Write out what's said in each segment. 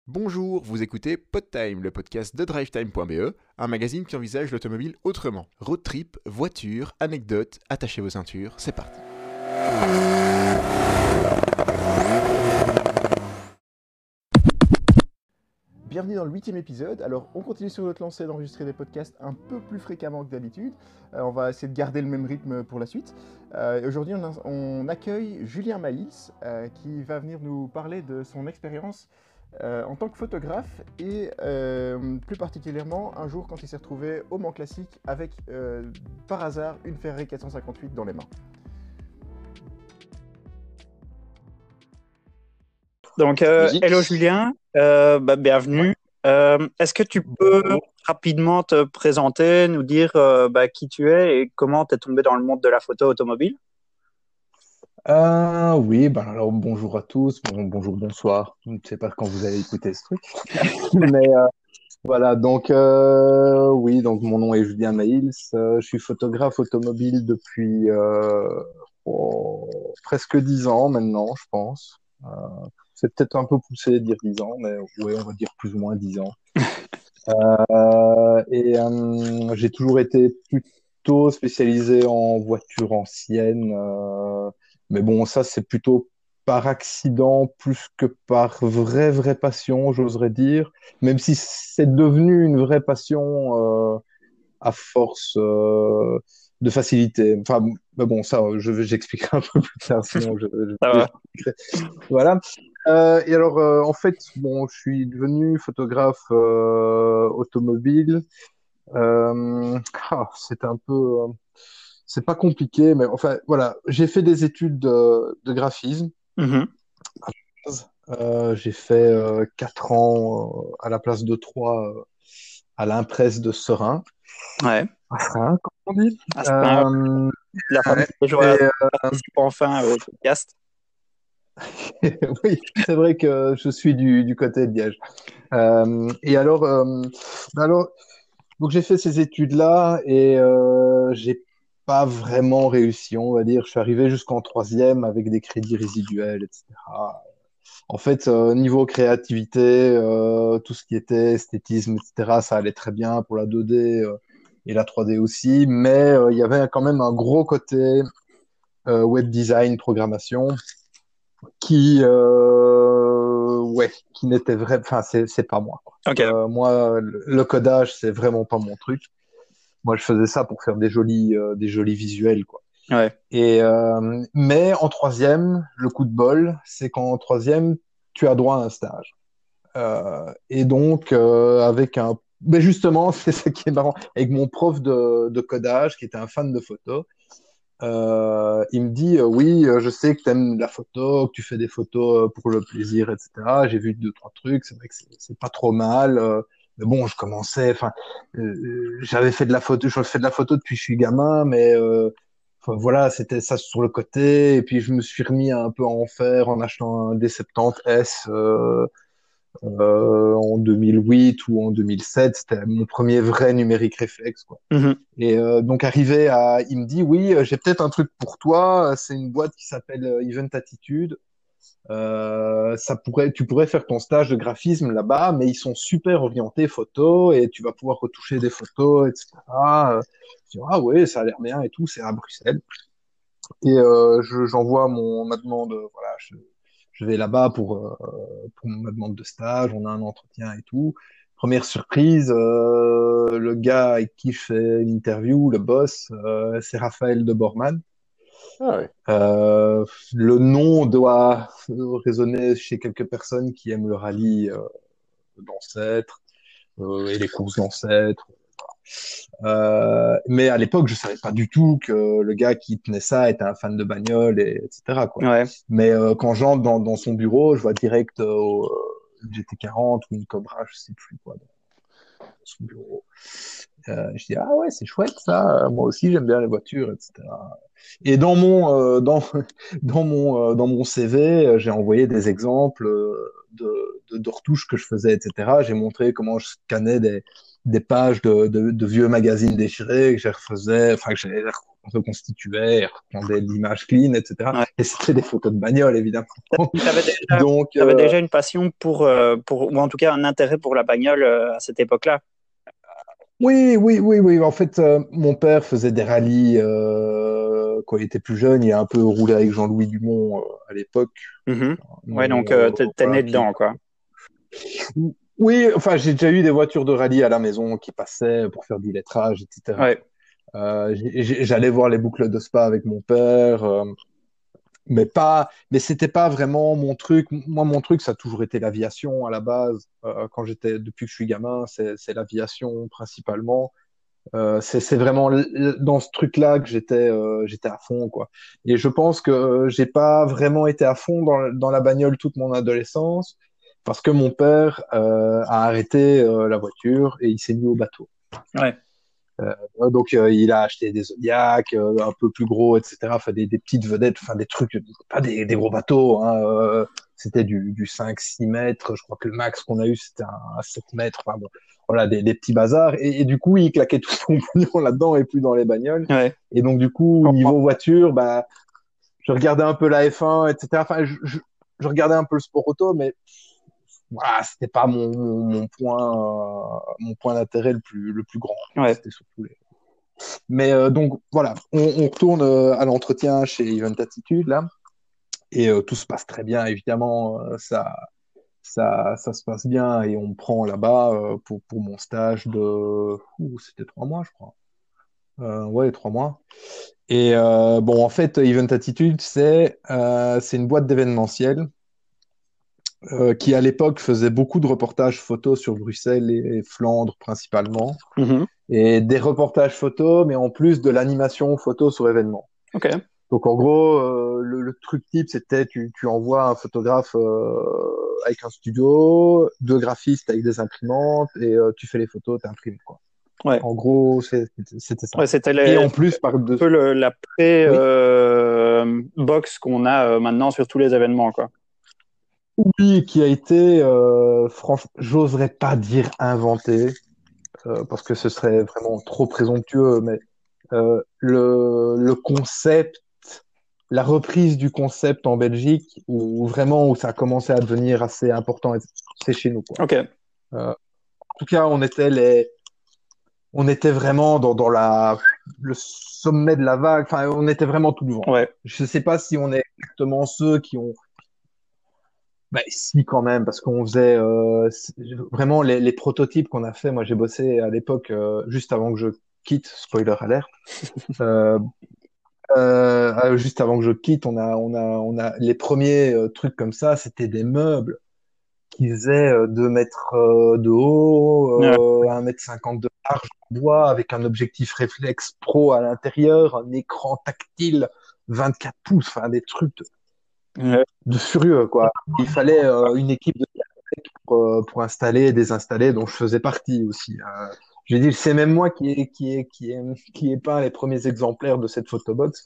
Bonjour, vous écoutez PodTime, le podcast de DriveTime.be, un magazine qui envisage l'automobile autrement. Road trip, voiture, anecdotes, attachez vos ceintures, c'est parti. Bienvenue dans le 8e épisode. Alors, on continue sur notre lancée d'enregistrer des podcasts un peu plus fréquemment que d'habitude. On va essayer de garder le même rythme pour la suite. Aujourd'hui, on accueille Julien Maïls, qui va venir nous parler de son expérience en tant que photographe et plus particulièrement un jour quand il s'est retrouvé au Mans Classique avec par hasard une Ferrari 458 dans les mains. Donc, hello Julien, bienvenue. Est-ce que tu peux rapidement te présenter, nous dire qui tu es et comment tu es tombé dans le monde de la photo automobile? Oui, alors bonjour à tous, bonjour, bonsoir. Je ne sais pas quand vous allez écouter ce truc. Mais voilà, donc oui, donc mon nom est Julien Maïls. Je suis photographe automobile depuis presque 10 ans maintenant, je pense. C'est peut-être un peu poussé de dire 10 ans, mais oui, on va dire plus ou moins 10 ans. J'ai toujours été plutôt spécialisé en voitures anciennes. Mais bon, ça, c'est plutôt par accident plus que par vraie passion, j'oserais dire. Même si c'est devenu une vraie passion à force de facilité. Enfin, mais bon, ça, j'expliquerai un peu plus tard, sinon Ça va. voilà. Et alors, en fait, bon, je suis devenu photographe automobile. C'est un peu, c'est pas compliqué, mais enfin, voilà, j'ai fait des études de graphisme. Mhm. J'ai fait 4 ans à la place de 3 à l'Impresse de Serein. Ouais. À Serein, comme on dit. C'est la famille des joueurs et, participe enfin au podcast. oui, c'est vrai que je suis du côté de Liège. Et alors, donc j'ai fait ces études-là et j'ai pas vraiment réussi, on va dire. Je suis arrivé jusqu'en troisième avec des crédits résiduels, etc. En fait, niveau créativité, tout ce qui était esthétisme, etc., ça allait très bien pour la 2D et la 3D aussi, mais il y avait quand même un gros côté web design, programmation, qui n'était vrai, enfin, c'est pas moi, quoi. Ok. Moi, le codage, c'est vraiment pas mon truc. Moi, je faisais ça pour faire des jolis visuels, quoi. Ouais. Mais en troisième, le coup de bol, c'est qu'en troisième, tu as droit à un stage. Et donc, ben justement, c'est ça qui est marrant, avec mon prof de codage, qui était un fan de photo, il me dit, oui, je sais que tu aimes la photo, que tu fais des photos pour le plaisir, etc. J'ai vu 2, 3 trucs, c'est vrai que c'est pas trop mal. Mais bon, je commençais, enfin, j'avais fait de la photo, je fais de la photo depuis que je suis gamin, mais enfin, voilà, c'était ça sur le côté. Et puis je me suis remis un peu à en faire en achetant un D70S en 2008 ou en 2007. C'était mon premier vrai numérique réflexe, quoi. Mhm. Et donc il me dit oui, j'ai peut-être un truc pour toi. C'est une boîte qui s'appelle Event Attitude. Tu pourrais faire ton stage de graphisme là-bas, mais ils sont super orientés photo et tu vas pouvoir retoucher des photos, etc. Je dis ah ouais, ça a l'air bien et tout. C'est à Bruxelles. Et j'envoie ma demande. Voilà, je vais là-bas pour ma demande de stage. On a un entretien et tout. Première surprise, le gars avec qui je fais une interview, le boss, c'est Raphaël de Bormann. Ah ouais. Le nom doit résonner chez quelques personnes qui aiment le rallye d'ancêtres et les courses d'ancêtres. Mais à l'époque, je savais pas du tout que le gars qui tenait ça était un fan de bagnole, etc., quoi. Ouais. Mais quand j'entre dans son bureau, je vois direct une GT40 ou une Cobra, je sais plus quoi, dans son bureau. Je dis ah ouais, c'est chouette ça. Moi aussi j'aime bien les voitures, etc. Et dans mon CV, j'ai envoyé des exemples de retouches que je faisais, etc. J'ai montré comment je scannais des pages de vieux magazines déchirés que j'ai refaisais, enfin que j'ai reconstituait, reprenait l'image clean, etc. Ouais. Et c'était des photos de bagnole, évidemment. Donc, t'avais déjà une passion ou en tout cas un intérêt pour la bagnole à cette époque-là. oui. En fait, mon père faisait des rallyes quand il était plus jeune. Il a un peu roulé avec Jean-Louis Dumont à l'époque. Ouais, Mais, donc t'es né dedans, quoi. Oui, enfin, j'ai déjà eu des voitures de rallye à la maison qui passaient pour faire du lettrage, etc. Ouais. J'allais voir les boucles de Spa avec mon père, mais c'était pas vraiment mon truc. Moi, mon truc, ça a toujours été l'aviation à la base. Depuis que je suis gamin, c'est l'aviation principalement. C'est vraiment dans ce truc-là que j'étais à fond, quoi. Et je pense que j'ai pas vraiment été à fond dans la bagnole toute mon adolescence parce que mon père a arrêté la voiture et il s'est mis au bateau. Ouais. Donc il a acheté des Zodiac un peu plus gros, etc. Enfin des petites vedettes, enfin des trucs, pas des gros bateaux. Hein, c'était du 5-6 mètres. Je crois que le max qu'on a eu c'était un 7 mètres. Enfin bon, voilà des petits bazars. Et du coup il claquait tout son pognon là-dedans et plus dans les bagnoles. Ouais. Et donc du coup niveau voiture, bah je regardais un peu la F1, etc. Enfin je regardais un peu le sport auto, mais voilà, c'était pas mon point d'intérêt le plus grand. Ouais. C'était surtout les. Mais donc voilà, on retourne à l'entretien chez Event Attitude là, et tout se passe très bien. Évidemment, ça se passe bien et on me prend là-bas pour mon stage c'était 3 mois, je crois. Ouais, 3 mois. Et bon, en fait, Event Attitude, c'est une boîte d'événementiel qui à l'époque faisait beaucoup de reportages photos sur Bruxelles et Flandre principalement. Et des reportages photos, mais en plus de l'animation photo sur événement. Ok. Donc en gros, le truc type, c'était tu envoies un photographe avec un studio, 2 graphistes avec des imprimantes, et tu fais les photos, t'imprimes, quoi. Ouais. En gros, c'était ça. Ouais, c'était Et en plus, un peu la pré-box qu'on a maintenant sur tous les événements, quoi. Oui, qui a été, franchement, j'oserais pas dire inventé, parce que ce serait vraiment trop présomptueux, mais le concept, la reprise du concept en Belgique, où ça a commencé à devenir assez important, c'est chez nous, quoi. Ok. En tout cas, on était vraiment dans le sommet de la vague. Enfin, on était vraiment tout devant. Ouais. Je sais pas si on est exactement ceux qui ont. Ben, si quand même, parce qu'on faisait vraiment les prototypes qu'on a fait. Moi, j'ai bossé à l'époque juste avant que je quitte. Spoiler alert. Juste avant que je quitte, on a les premiers trucs comme ça. C'était des meubles qui faisaient 2 mètres de haut, 1,50 m de large en bois, avec un objectif réflexe pro à l'intérieur, un écran tactile 24 pouces, enfin des trucs de furieux, quoi. Il fallait une équipe de pour installer et désinstaller, dont je faisais partie aussi. Je vais dire, c'est même moi qui ai peint les premiers exemplaires de cette photobox.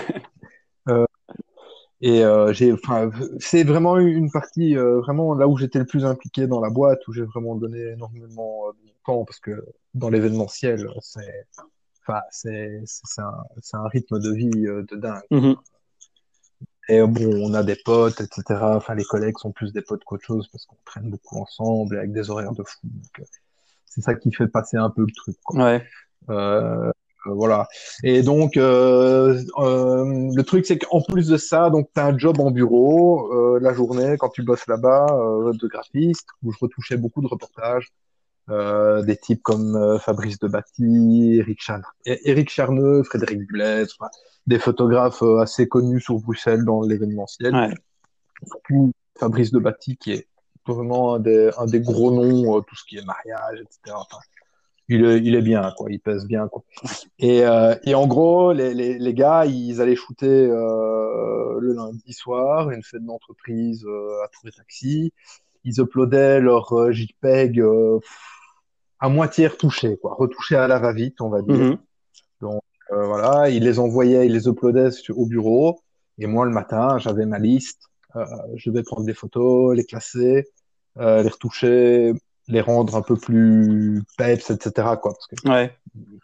Enfin, c'est vraiment une partie, vraiment là où j'étais le plus impliqué dans la boîte, où j'ai vraiment donné énormément de temps, parce que dans l'événementiel, enfin, c'est un rythme de vie de dingue. Et bon, on a des potes, etc. Enfin, les collègues sont plus des potes qu'autre chose, parce qu'on traîne beaucoup ensemble, avec des horaires de fou. Donc, c'est ça qui fait passer un peu le truc, quoi. Ouais. Voilà. Et donc, le truc, c'est qu'en plus de ça, donc, tu as un job en bureau la journée quand tu bosses là-bas de graphiste, où je retouchais beaucoup de reportages. Des types comme Fabrice Debatty, Éric Charneux, Frédéric Blaise, enfin, des photographes assez connus sur Bruxelles dans l'événementiel. Ouais. Surtout Fabrice Debatty, qui est vraiment un des gros noms, tout ce qui est mariage, etc. Enfin, il est bien, quoi. Il pèse bien, quoi. Et en gros, les gars, ils allaient shooter le lundi soir, une fête d'entreprise à Tour et Taxi. Ils uploadaient leur JPEG à moitié retouchés, quoi. Retouchés à la va-vite, on va dire. Donc voilà, ils les envoyaient, ils les uploadaient au bureau. Et moi, le matin, j'avais ma liste. Je devais prendre des photos, les classer, les retoucher, les rendre un peu plus peps, etc., quoi. Parce que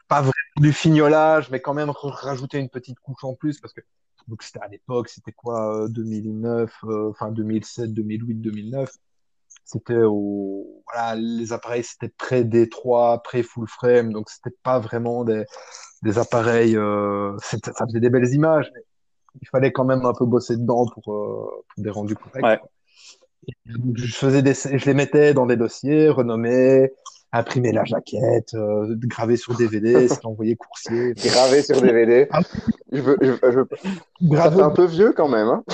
pas vraiment du fignolage, mais quand même rajouter une petite couche en plus parce que donc c'était à l'époque, c'était quoi, 2009, enfin 2007, 2008, 2009. C'était voilà, les appareils c'était pré-D3, pré-full frame, donc c'était pas vraiment des appareils, ça faisait des belles images, mais il fallait quand même un peu bosser dedans pour des rendus corrects, Ouais. quoi. Donc, je les mettais dans des dossiers, renommés, imprimer la jaquette, graver sur DVD, c'était envoyé coursier. Gravé sur DVD. Ah, Ça fait gravé, un peu vieux quand même, hein.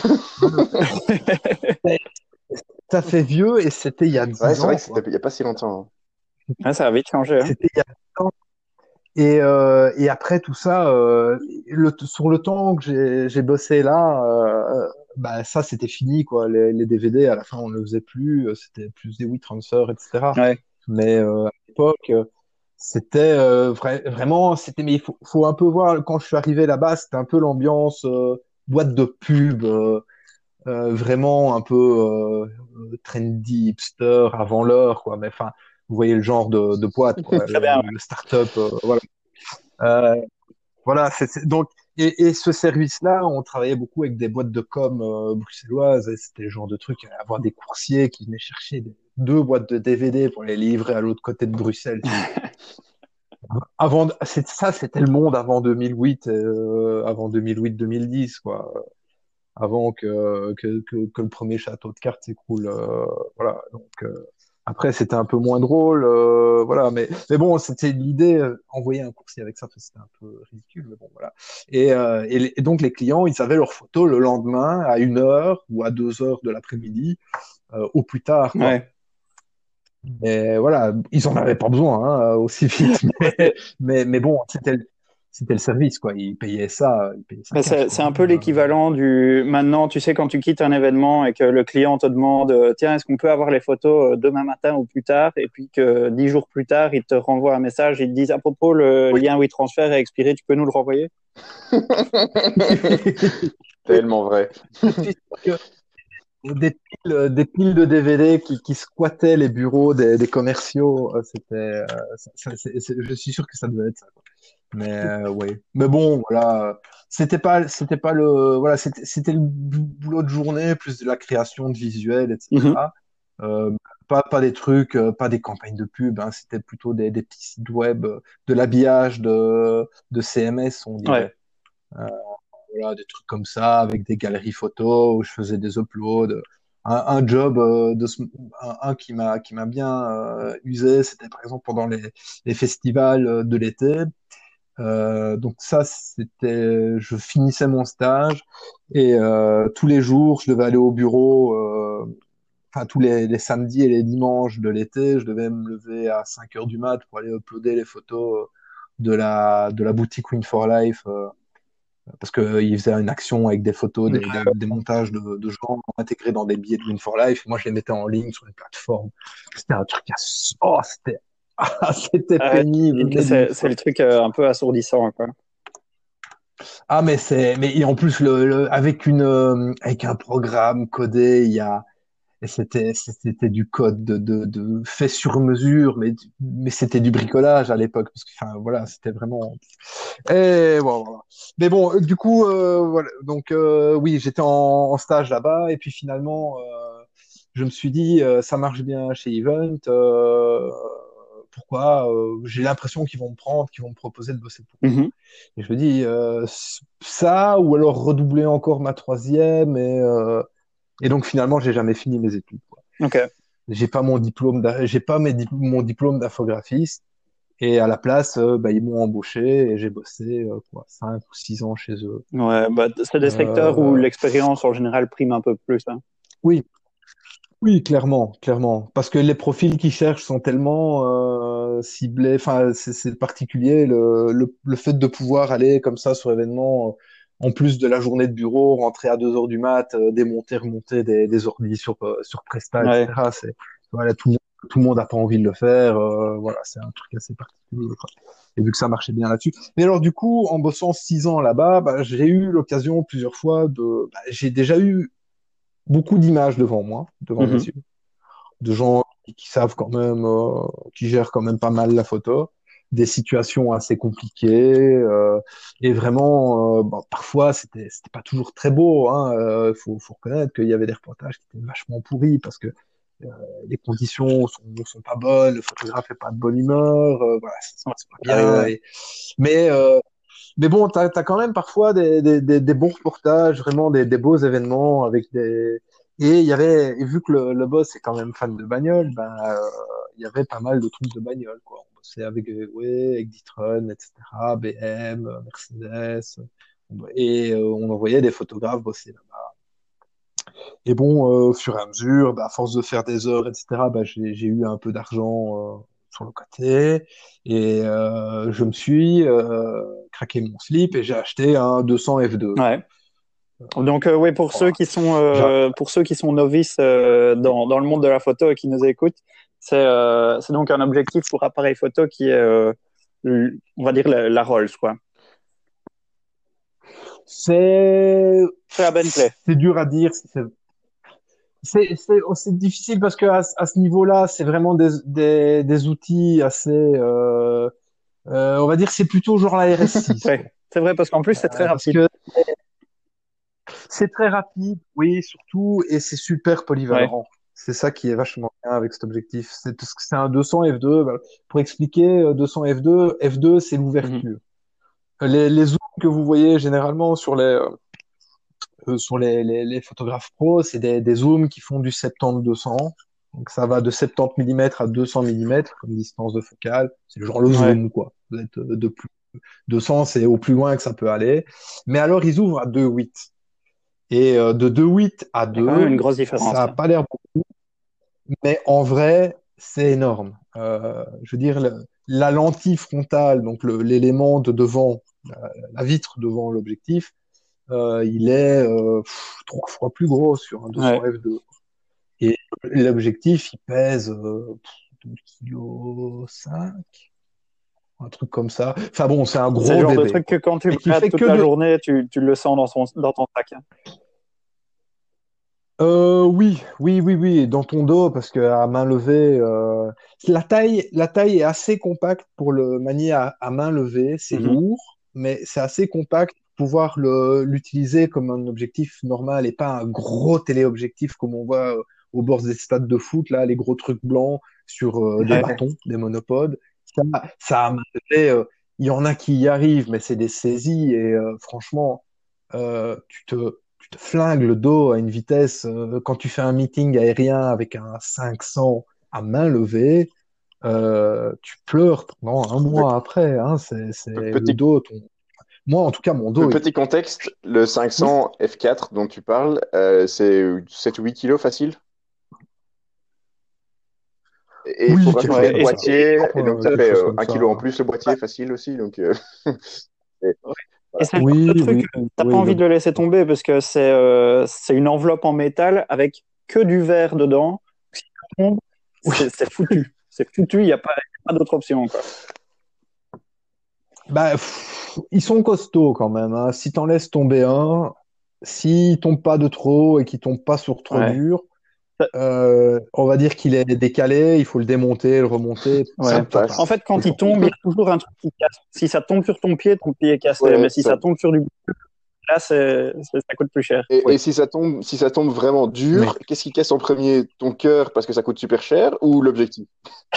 ça fait vieux et c'était il y a Ouais, 10 c'est vrai ans, que c'était quoi. il n'y a pas si longtemps, Ouais, ça a vite changé. Hein. C'était il y a 10 ans. Et après tout ça, sur le temps que j'ai bossé là, bah ça c'était fini quoi. Les DVD à la fin on ne le faisait plus, c'était plus des WeTransfer, etc. Ouais. Mais à l'époque, c'était vraiment, c'était. Mais faut un peu voir quand je suis arrivé là-bas, c'était un peu l'ambiance boîte de pub, vraiment un peu trendy, hipster, avant l'heure quoi. Mais enfin, vous voyez le genre de boîte quoi, Très bien. le start-up, voilà. Euh, voilà, donc et ce service-là, on travaillait beaucoup avec des boîtes de com bruxelloises. Et c'était le genre de truc, avoir des coursiers qui venaient chercher deux boîtes de DVD pour les livrer à l'autre côté de Bruxelles. C'était le monde avant 2008, avant 2008-2010, quoi. Avant que le premier château de cartes s'écroule. Voilà. Donc après, c'était un peu moins drôle, voilà. Mais bon, c'était l'idée. Envoyer un coursier avec ça, c'était un peu ridicule, mais bon, voilà. Et donc les clients, ils avaient leurs photos le lendemain à 1 heure ou à 2 heures de l'après-midi, au plus tard, quoi. Ouais. Et voilà, ils en avaient pas besoin, hein, aussi vite, mais bon, c'était le service, quoi. Ils payaient ça Mais cash, c'est quoi. un peu l'équivalent du maintenant, tu sais, quand tu quittes un événement et que le client te demande tiens, est-ce qu'on peut avoir les photos demain matin ou plus tard, et puis que 10 jours plus tard, ils te renvoient un message, ils te disent à propos, le Oui. lien WeTransfer est expiré, tu peux nous le renvoyer? Tellement vrai. Je suis sûr que des piles de DVD qui squattaient les bureaux des commerciaux, je suis sûr que ça devait être ça, quoi. Mais ouais. Mais bon, voilà, c'était pas voilà, c'était le boulot de journée plus de la création de visuels, Mhm. etc. Euh, pas des trucs, pas des campagnes de pub, hein, c'était plutôt des petits sites web, de l'habillage de CMS, on Ouais. dirait. Euh, voilà, des trucs comme ça, avec des galeries photos où je faisais des uploads. Un job un qui m'a bien usé, c'était par exemple pendant les festivals de l'été. Donc ça, je finissais mon stage et tous les jours, je devais aller au bureau. Enfin, tous les samedis et les dimanches de l'été, je devais me lever à 5 heures du mat pour aller uploader les photos de la boutique Win for Life, parce qu'ils faisaient une action avec des photos, des montages de gens intégrés dans des billets de Win for Life. Moi, je les mettais en ligne sur une plateforme. C'était un truc oh, c'était pénible, mais d'une C'est fois. le truc un peu assourdissant, quoi. Ah, mais et en plus, avec un programme codé, et c'était du code de fait sur mesure, mais c'était du bricolage à l'époque, parce que, enfin, voilà, c'était vraiment. Et bon, voilà. Mais bon, du coup, voilà. Donc, oui, j'étais en stage là-bas, et puis finalement, je me suis dit, ça marche bien chez Event. Pourquoi j'ai l'impression qu'ils vont me prendre, qu'ils vont me proposer de bosser pour eux. Mhm. Et je me dis, ça, ou alors redoubler encore ma troisième, et donc finalement, j'ai jamais fini mes études, quoi. Ok. J'ai pas mon diplôme, j'ai pas mon diplôme d'infographiste. Et à la place, bah, ils m'ont embauché et j'ai bossé 5 ou 6 ans chez eux. Ouais, bah, c'est des secteurs où Euh, l'expérience en général prime un peu plus. Hein. oui, oui, clairement, clairement, parce que les profils qu'ils cherchent sont tellement ciblés. Enfin, c'est particulier le fait de pouvoir aller comme ça sur événement, en plus de la journée de bureau, rentrer à 2 heures du mat, démonter, remonter des ordis sur Presta, Ouais. etc. Voilà, tout le monde n'a pas envie de le faire. Voilà, c'est un truc assez particulier, quoi. Et vu que ça marchait bien là-dessus. Mais alors du coup, en bossant 6 ans là-bas, bah, j'ai eu l'occasion plusieurs fois j'ai déjà eu beaucoup d'images devant moi, devant mes Mhm. yeux, de gens qui savent quand même, qui gèrent quand même pas mal la photo. des situations assez compliquées. Et vraiment, parfois, c'était pas toujours très beau. Hein. Faut reconnaître qu'il y avait des reportages qui étaient vachement pourris parce que les conditions sont pas bonnes, le photographe est pas de bonne humeur, voilà, c'est pas bien. Mais bon, t'as quand même parfois des bons reportages, vraiment des beaux événements avec des. Et et vu que le boss est quand même fan de bagnole, il y avait pas mal de trucs de bagnole, quoi. On bossait avec ouais, avec D'Ieteren, etc., BM, Mercedes, et on envoyait des photographes bosser là-bas. Et bon, au fur et à mesure, à force de faire des heures, etc., j'ai eu un peu d'argent sur le côté. Et je me suis craqué mon slip et j'ai acheté un 200 F2. Ouais. Donc oui, pour ceux qui sont novices dans le monde de la photo et qui nous écoutent, c'est donc un objectif pour appareil photo qui est on va dire la Rolls, quoi. C'est la Bentley. C'est dur à dire. C'est difficile parce que à ce niveau-là, c'est vraiment des outils assez. On va dire que c'est plutôt genre la RS6. Ouais, c'est vrai parce qu'en plus c'est très rapide. Parce que c'est très rapide, oui, surtout, et c'est super polyvalent. Ouais. C'est ça qui est vachement bien avec cet objectif. C'est un 200 f2. Pour expliquer, 200 f2, c'est l'ouverture. Les zooms que vous voyez généralement sur les photographes pros, c'est des zooms qui font du 70-200. Donc ça va de 70 mm à 200 mm comme distance de focale. C'est genre le zoom, quoi. Vous êtes de plus 200, c'est au plus loin que ça peut aller. Mais alors, ils ouvrent à 2.8. Et de 2.8 à 2, il y a quand même une grosse différence. Ça n'a pas l'air beaucoup. Mais en vrai, c'est énorme. Je veux dire, la lentille frontale, donc l'élément de devant, la vitre devant l'objectif, il est 3 fois plus gros sur un 200 f2. Et l'objectif, il pèse 2,5 kg, un truc comme ça. Enfin bon, c'est un gros bébé. C'est le genre de truc que quand tu le prêtes toute la journée, tu le sens dans ton sac. Oui, dans ton dos, parce que à main levée, la taille est assez compacte pour le manier à main levée. C'est lourd, mais c'est assez compact pour pouvoir l'utiliser comme un objectif normal et pas un gros téléobjectif comme on voit au bord des stades de foot, là, les gros trucs blancs sur des bâtons, des monopodes. Ça à main levée, il y en a qui y arrivent, mais c'est des saisies et franchement, tu te flingues le dos à une vitesse quand tu fais un meeting aérien avec un 500 à main levée, tu pleures pendant un mois après. Hein, c'est le dos. Moi, en tout cas, mon dos. Petit contexte, le 500 F4 dont tu parles, c'est 7 ou 8 kilos facile. Et il faut rajouter le boîtier, et donc ça fait 1 kilo en plus le boîtier, facile aussi. Donc, Et c'est le truc, t'as pas envie de le laisser tomber parce que c'est une enveloppe en métal avec que du verre dedans. Si ça tombe, c'est foutu. C'est foutu, il n'y a pas d'autre option, quoi. Ils sont costauds quand même. Hein. Si t'en laisses tomber un, s'il tombe pas de trop et qu'il tombe pas sur trop dur, on va dire qu'il est décalé, il faut le démonter, le remonter. Ça passe. En fait, quand il tombe, il y a toujours un truc qui casse. Si ça tombe sur ton pied est cassé. Mais si ça tombe sur du là, ça coûte plus cher. Et si ça tombe vraiment dur, qu'est-ce qui casse en premier? Ton cœur parce que ça coûte super cher ou l'objectif?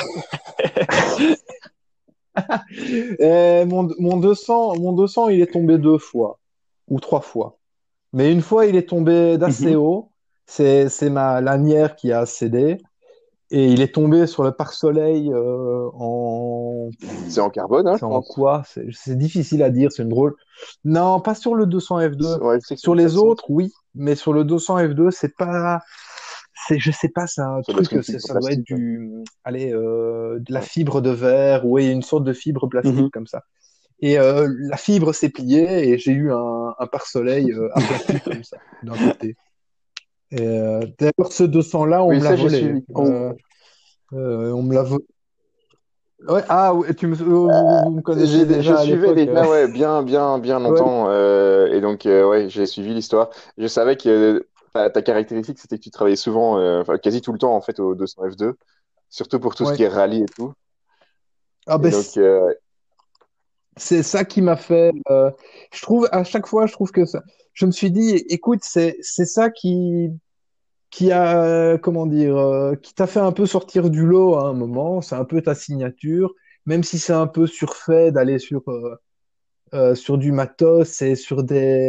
Mon 200, il est tombé 2 fois ou 3 fois. Mais une fois, il est tombé d'assez haut. C'est ma lanière qui a cédé. Et il est tombé sur le pare-soleil en... C'est en carbone, hein, c'est en quoi? C'est difficile à dire, c'est une drôle... Non, pas sur le 200 F2. Ouais, sur les autres, oui. Mais sur le 200 F2, c'est pas... Je sais pas, c'est un truc, ça doit être de la fibre de verre, ou une sorte de fibre plastique comme ça. Et la fibre s'est pliée et j'ai eu un pare-soleil aplati comme ça, d'un côté. D'ailleurs, ce 200-là, on me l'a volé. On me l'a volé. Ouais, vous me connaissez déjà à l'époque. Je suivais déjà, bien longtemps. Et donc, j'ai suivi l'histoire. Je savais que ta caractéristique, c'était que tu travaillais souvent, quasi tout le temps, en fait, au 200 F2. Surtout pour tout ce qui est rallye et tout. Ah Et ben, donc, c'est ça qui m'a fait. Je trouve à chaque fois, je trouve que ça. Je me suis dit, écoute, c'est ça qui a comment dire, qui t'a fait un peu sortir du lot à un moment. C'est un peu ta signature, même si c'est un peu surfait d'aller sur du matos et sur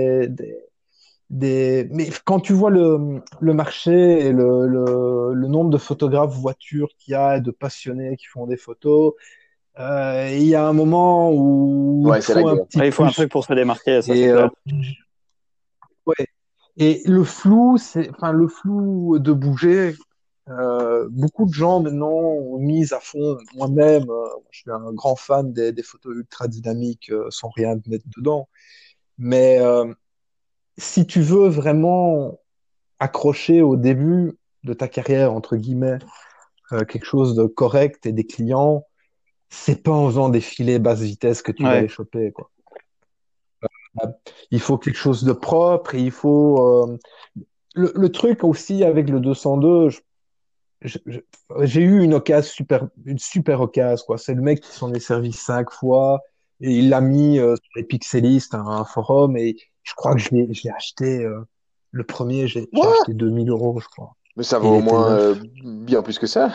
Mais quand tu vois le marché et le nombre de photographes voitures qu'il y a et de passionnés qui font des photos, il y a un moment où il ouais, c'est la faut un guerre. petit Ouais, il faut un plus. truc pour se démarquer, ça c'est Et clair. ouais. Et le flou, enfin le flou de bouger. Beaucoup de gens maintenant ont mis à fond. Moi-même, je suis un grand fan des photos ultra dynamiques sans rien mettre dedans. Mais si tu veux vraiment accrocher au début de ta carrière, entre guillemets, quelque chose de correct et des clients, c'est pas en faisant des filets basse vitesse que tu vas les Ouais. choper, quoi. Il faut quelque chose de propre et il faut. Le truc aussi avec le 202, je- je- j'ai eu une super occasion, quoi. C'est le mec qui s'en est servi 5 fois et il l'a mis sur les Pixelistes, un forum, et je crois que je l'ai acheté. Le premier, j'ai What? acheté 2000 €, je crois. Mais ça va Et il au était moins neuf. bien plus que ça.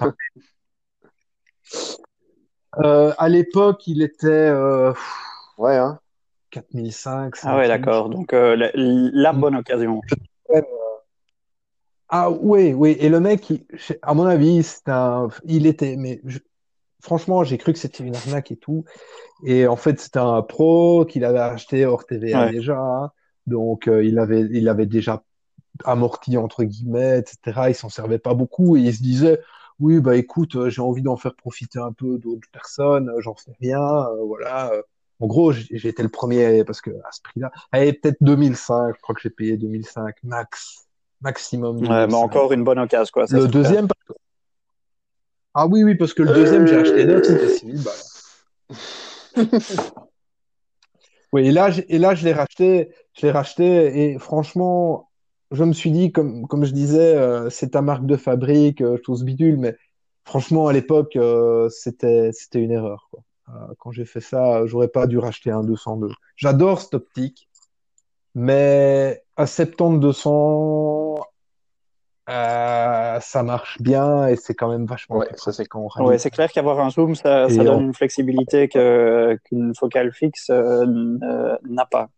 À l'époque, il était Ouais, hein. 4005, Ah ouais, 5000, je d'accord. crois. Donc la Donc, bonne occasion. ouais. Ah oui, oui. Et le mec, à mon avis, il était. Franchement, j'ai cru que c'était une arnaque et tout. Et en fait, c'était un pro qu'il avait acheté hors TVA Ouais. déjà, hein. Donc, il avait déjà amorti entre guillemets, etc. Il s'en servait pas beaucoup et il se disait, oui, bah écoute, j'ai envie d'en faire profiter un peu d'autres personnes, j'en sais rien, voilà. En gros, j'ai été le premier parce que à ce prix-là, allez, peut-être 2005, je crois que j'ai payé 2005 maximum Ouais, mais 2005. encore une bonne occasion, quoi, ça Le c'est clair. deuxième, ah oui, oui, parce que le deuxième, j'ai acheté neuf, Euh, c'était 6000 balles. Oui, et là, je l'ai racheté, et franchement, je me suis dit, comme je disais, c'est ta marque de fabrique, chose bidule, mais franchement, à l'époque, c'était une erreur, quoi. Quand j'ai fait ça, j'aurais pas dû racheter un 202. J'adore cette optique, mais à 70-200, ça marche bien et c'est quand même vachement Ouais, plus ça c'est. pratique en Ouais, rallye. c'est clair qu'avoir un zoom, ça Et donne une flexibilité qu'une focale fixe n'a pas.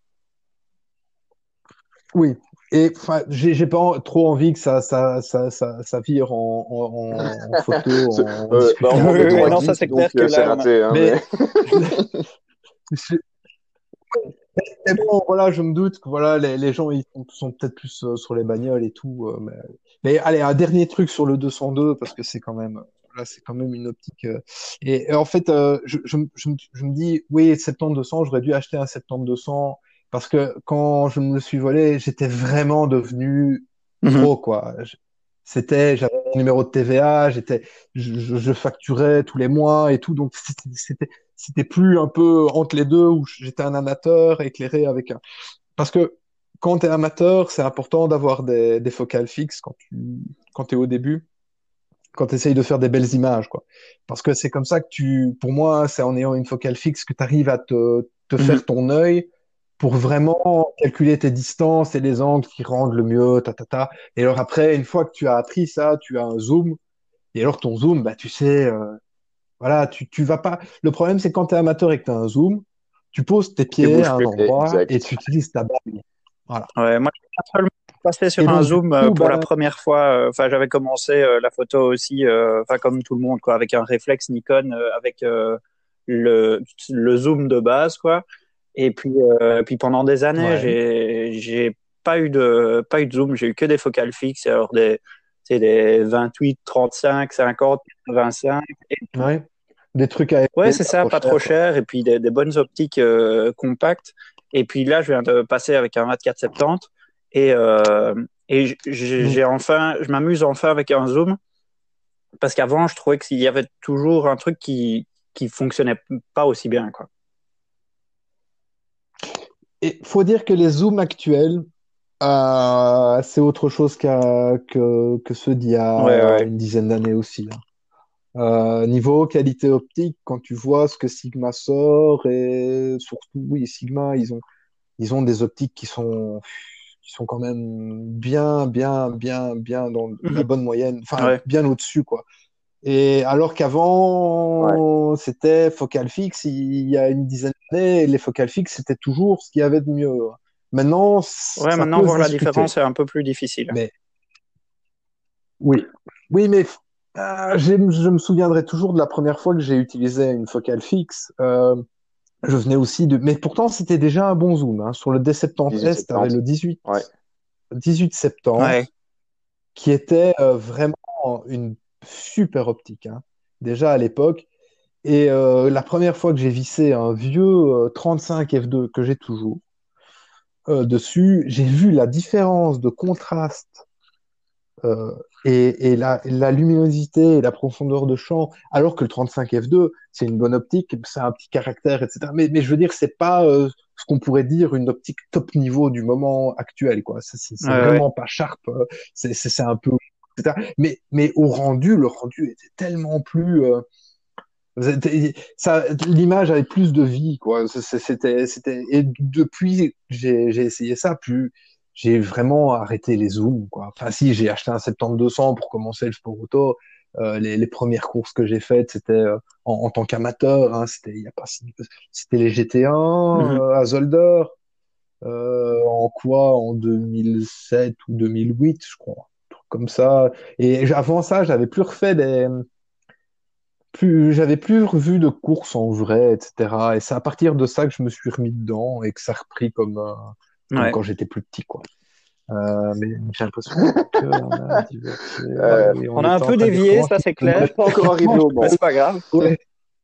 oui, et enfin, j'ai pas trop envie que ça vire en photo, en Bah, discussion on de est Oui, trois non, ça business. c'est geeks, donc clair que c'est là, raté, hein, mais. Mais, je- mais bon, voilà, je me doute que voilà, les gens ils sont peut-être plus sur les bagnoles et tout. Mais allez, un dernier truc sur le 202 parce que c'est quand même une optique. Et en fait, je me dis, oui, 70-200, j'aurais dû acheter un 70-200 parce que quand je me le suis volé, j'étais vraiment devenu Mhm. pro, quoi. J'avais mon numéro de TVA, je facturais tous les mois et tout, donc c'était plus un peu entre les deux où j'étais un amateur éclairé avec un. Parce que quand tu es amateur, c'est important d'avoir des focales fixes quand tu es au début, quand tu essayes de faire des belles images, quoi. Parce que c'est comme ça que pour moi, c'est en ayant une focale fixe que tu arrives à te Mhm. faire ton œil pour vraiment calculer tes distances et les angles qui rendent le mieux, ta, ta, ta. Et alors après, une fois que tu as appris ça, tu as un zoom. Et alors ton zoom, bah, tu sais, voilà, tu vas pas. Le problème, c'est quand tu es amateur et que tu as un zoom, tu poses tes Tu pieds bouges à un plus. endroit et Exact. tu utilises ta bague. Voilà. Ouais, moi, j'ai seulement passé sur Et un donc, du zoom coup, pour la bah, première fois. Enfin, j'avais commencé la photo aussi, enfin comme tout le monde, quoi, avec un réflexe Nikon, avec le zoom de base, quoi. Et puis pendant des années, ouais, j'ai pas eu de zoom, j'ai eu que des focales fixes, alors c'est des 28, 35, 50, 85. ouais. Des trucs à Ouais, FP, c'est pas ça, trop pas cher, trop quoi. cher, et puis des bonnes optiques compactes. Et puis là, je viens de passer avec un 24-70, et, Mm. je m'amuse enfin avec un zoom, parce qu'avant, je trouvais qu'il y avait toujours un truc qui fonctionnait pas aussi bien, quoi. Et faut dire que les zooms actuels, c'est autre chose que ceux d'il y Ouais, a ouais. une dizaine d'années aussi, hein. Niveau qualité optique, quand tu vois ce que Sigma sort, et surtout, oui, Sigma, ils ont des optiques qui sont quand même bien dans la Mhm. bonne moyenne, enfin, Ouais. bien au-dessus, quoi. Et alors qu'avant, c'était focal fixe, il y a une dizaine d'années, les focales fixes, c'était toujours ce qu'il y avait de mieux. Maintenant, Ouais, ça maintenant, peut se voir la discuter. différence est un peu plus difficile. Mais oui, oui, mais je me souviendrai toujours de la première fois que j'ai utilisé une focale fixe. Je venais aussi de... Mais pourtant, c'était déjà un bon zoom, hein. Sur le D70S, tu avais 18-70. le 18, Ouais. 18-70, Ouais. qui était vraiment une super optique, hein. Déjà à l'époque. Et la première fois que j'ai vissé un vieux 35 f2 que j'ai toujours dessus, j'ai vu la différence de contraste euh, et la luminosité et la profondeur de champ, alors que le 35 f2, c'est une bonne optique, c'est un petit caractère, etc. Mais je veux dire, c'est pas ce qu'on pourrait dire une optique top niveau du moment actuel, quoi. C'est Ouais, ouais. vraiment pas sharp, c'est un peu, etc. Mais au rendu, le rendu était tellement plus ça, l'image avait plus de vie, quoi. Et depuis que j'ai essayé ça, plus j'ai vraiment arrêté les zooms, quoi. Enfin, si, j'ai acheté un 70-200 pour commencer le sport auto. Les premières courses que j'ai faites, c'était en tant qu'amateur, hein, c'était il y a pas si, c'était les GT1 Mhm. à Zolder, en quoi, en 2007 ou 2008, je crois, un truc comme ça. Et avant ça, j'avais plus revu de courses en vrai, etc. Et c'est à partir de ça que je me suis remis dedans et que ça a repris comme Ouais. quand j'étais plus petit, quoi. Mais j'ai l'impression qu'on a divergé. Ah Euh, oui, On on a un était en peu train de dire dévié, comment ça je c'est on clair, n'est pas encore arrivé au mais Mans. c'est pas grave. ouais.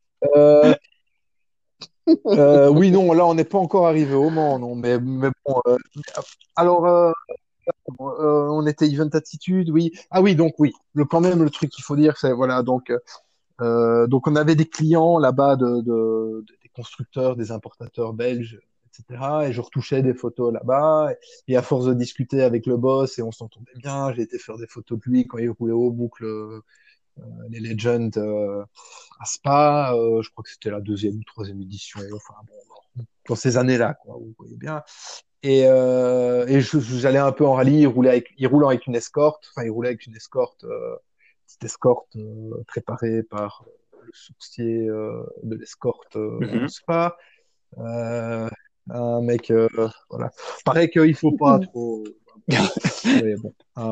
Oui, non, là, on n'est pas encore arrivé au Mans, non. Mais bon. Alors, on était Event Attitude, oui. Ah oui, donc oui. Quand même, le truc qu'il faut dire, c'est voilà, donc on avait des clients là-bas des constructeurs, des importateurs belges, etc. Et je retouchais des photos là-bas. Et à force de discuter avec le boss, et on s'entendait bien, j'ai été faire des photos de lui quand il roulait au boucle les Legends à Spa. Je crois que c'était la deuxième ou troisième édition. Enfin bon, dans ces années-là, quoi, vous voyez bien. Et j'allais un peu en rallye, il roulant avec une escorte, enfin il roulait avec une escorte, petite escorte préparée par le sourcier de l'escorte Mhm. Spa. Euh, un mec, voilà. Pareil qu'il faut pas trop, mais bon,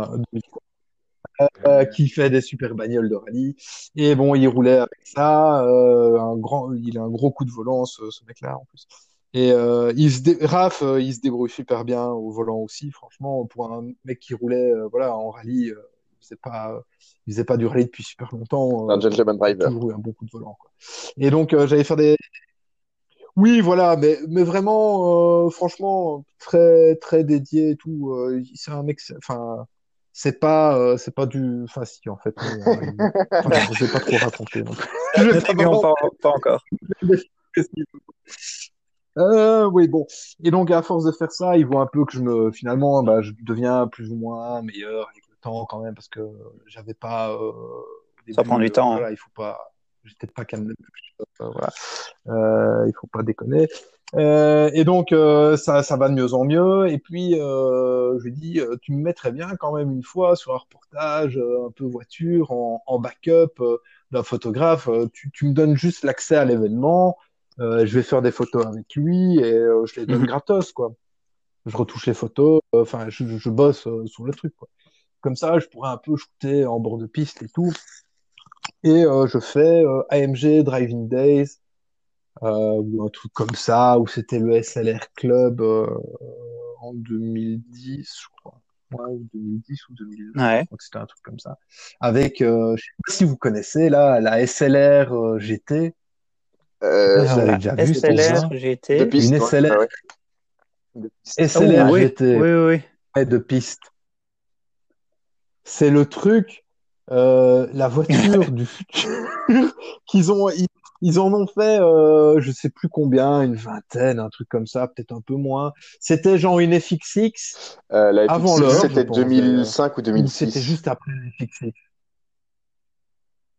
qui fait des super bagnoles de rallye. Et bon, il roulait avec ça, il a un gros coup de volant, ce mec-là en plus. Et Raph, il se débrouille super bien au volant aussi, franchement, pour un mec qui roulait, voilà, en rallye, il faisait pas du rallye depuis super longtemps, Un gentleman il a driver. toujours eu un bon coup de volant, quoi. Et donc, j'allais faire des, oui, voilà, mais vraiment, franchement, très, très dédié et tout. C'est un mec, enfin, c'est pas du, enfin, si, en fait, non, hein, enfin, bon, je vais pas trop raconter, non plus. Je vais Ne pas t'aiguillons vraiment. pas encore. Oui, bon. Et donc, à force de faire ça, ils voient un peu que finalement, bah, je deviens plus ou moins meilleur avec le temps quand même, parce que j'avais pas, au Ça prend début, du temps, hein. voilà, il faut pas, j'étais pas calme. Voilà. Il faut pas déconner. Et donc ça va de mieux en mieux. Et puis je lui dis, tu me mettrais bien quand même une fois sur un reportage, un peu voiture, en backup d'un photographe. Tu me donnes juste l'accès à l'événement. Je vais faire des photos avec lui et je les donne Mhm. gratos, quoi. Je retouche les photos. Enfin, je bosse sur le truc, quoi. Comme ça, je pourrais un peu shooter en bord de piste et tout. Et je fais AMG Driving Days ou un truc comme ça, où c'était le SLR Club en 2010, je crois. Ouais, ou 2010 ou 2009, je Ouais. crois que c'était un truc comme ça. Avec, je sais pas si vous connaissez, là, la SLR GT. Je sais pas si vous l'avez La déjà vu, cette SLR chose-là. De GT. Une piste, ouais. SLR, Ouais, ouais. De piste. Oh SLR oui, GT, oui, oui, oui. ouais, de piste. C'est le truc, la voiture du futur qu'ils ont, ils en ont fait, je sais plus combien, une vingtaine, un truc comme ça, peut-être un peu moins. C'était genre une FXX La avant FX6, l'heure, je c'était pense d'ailleurs, 2005 ou ou c'était 2006. juste après la FXX.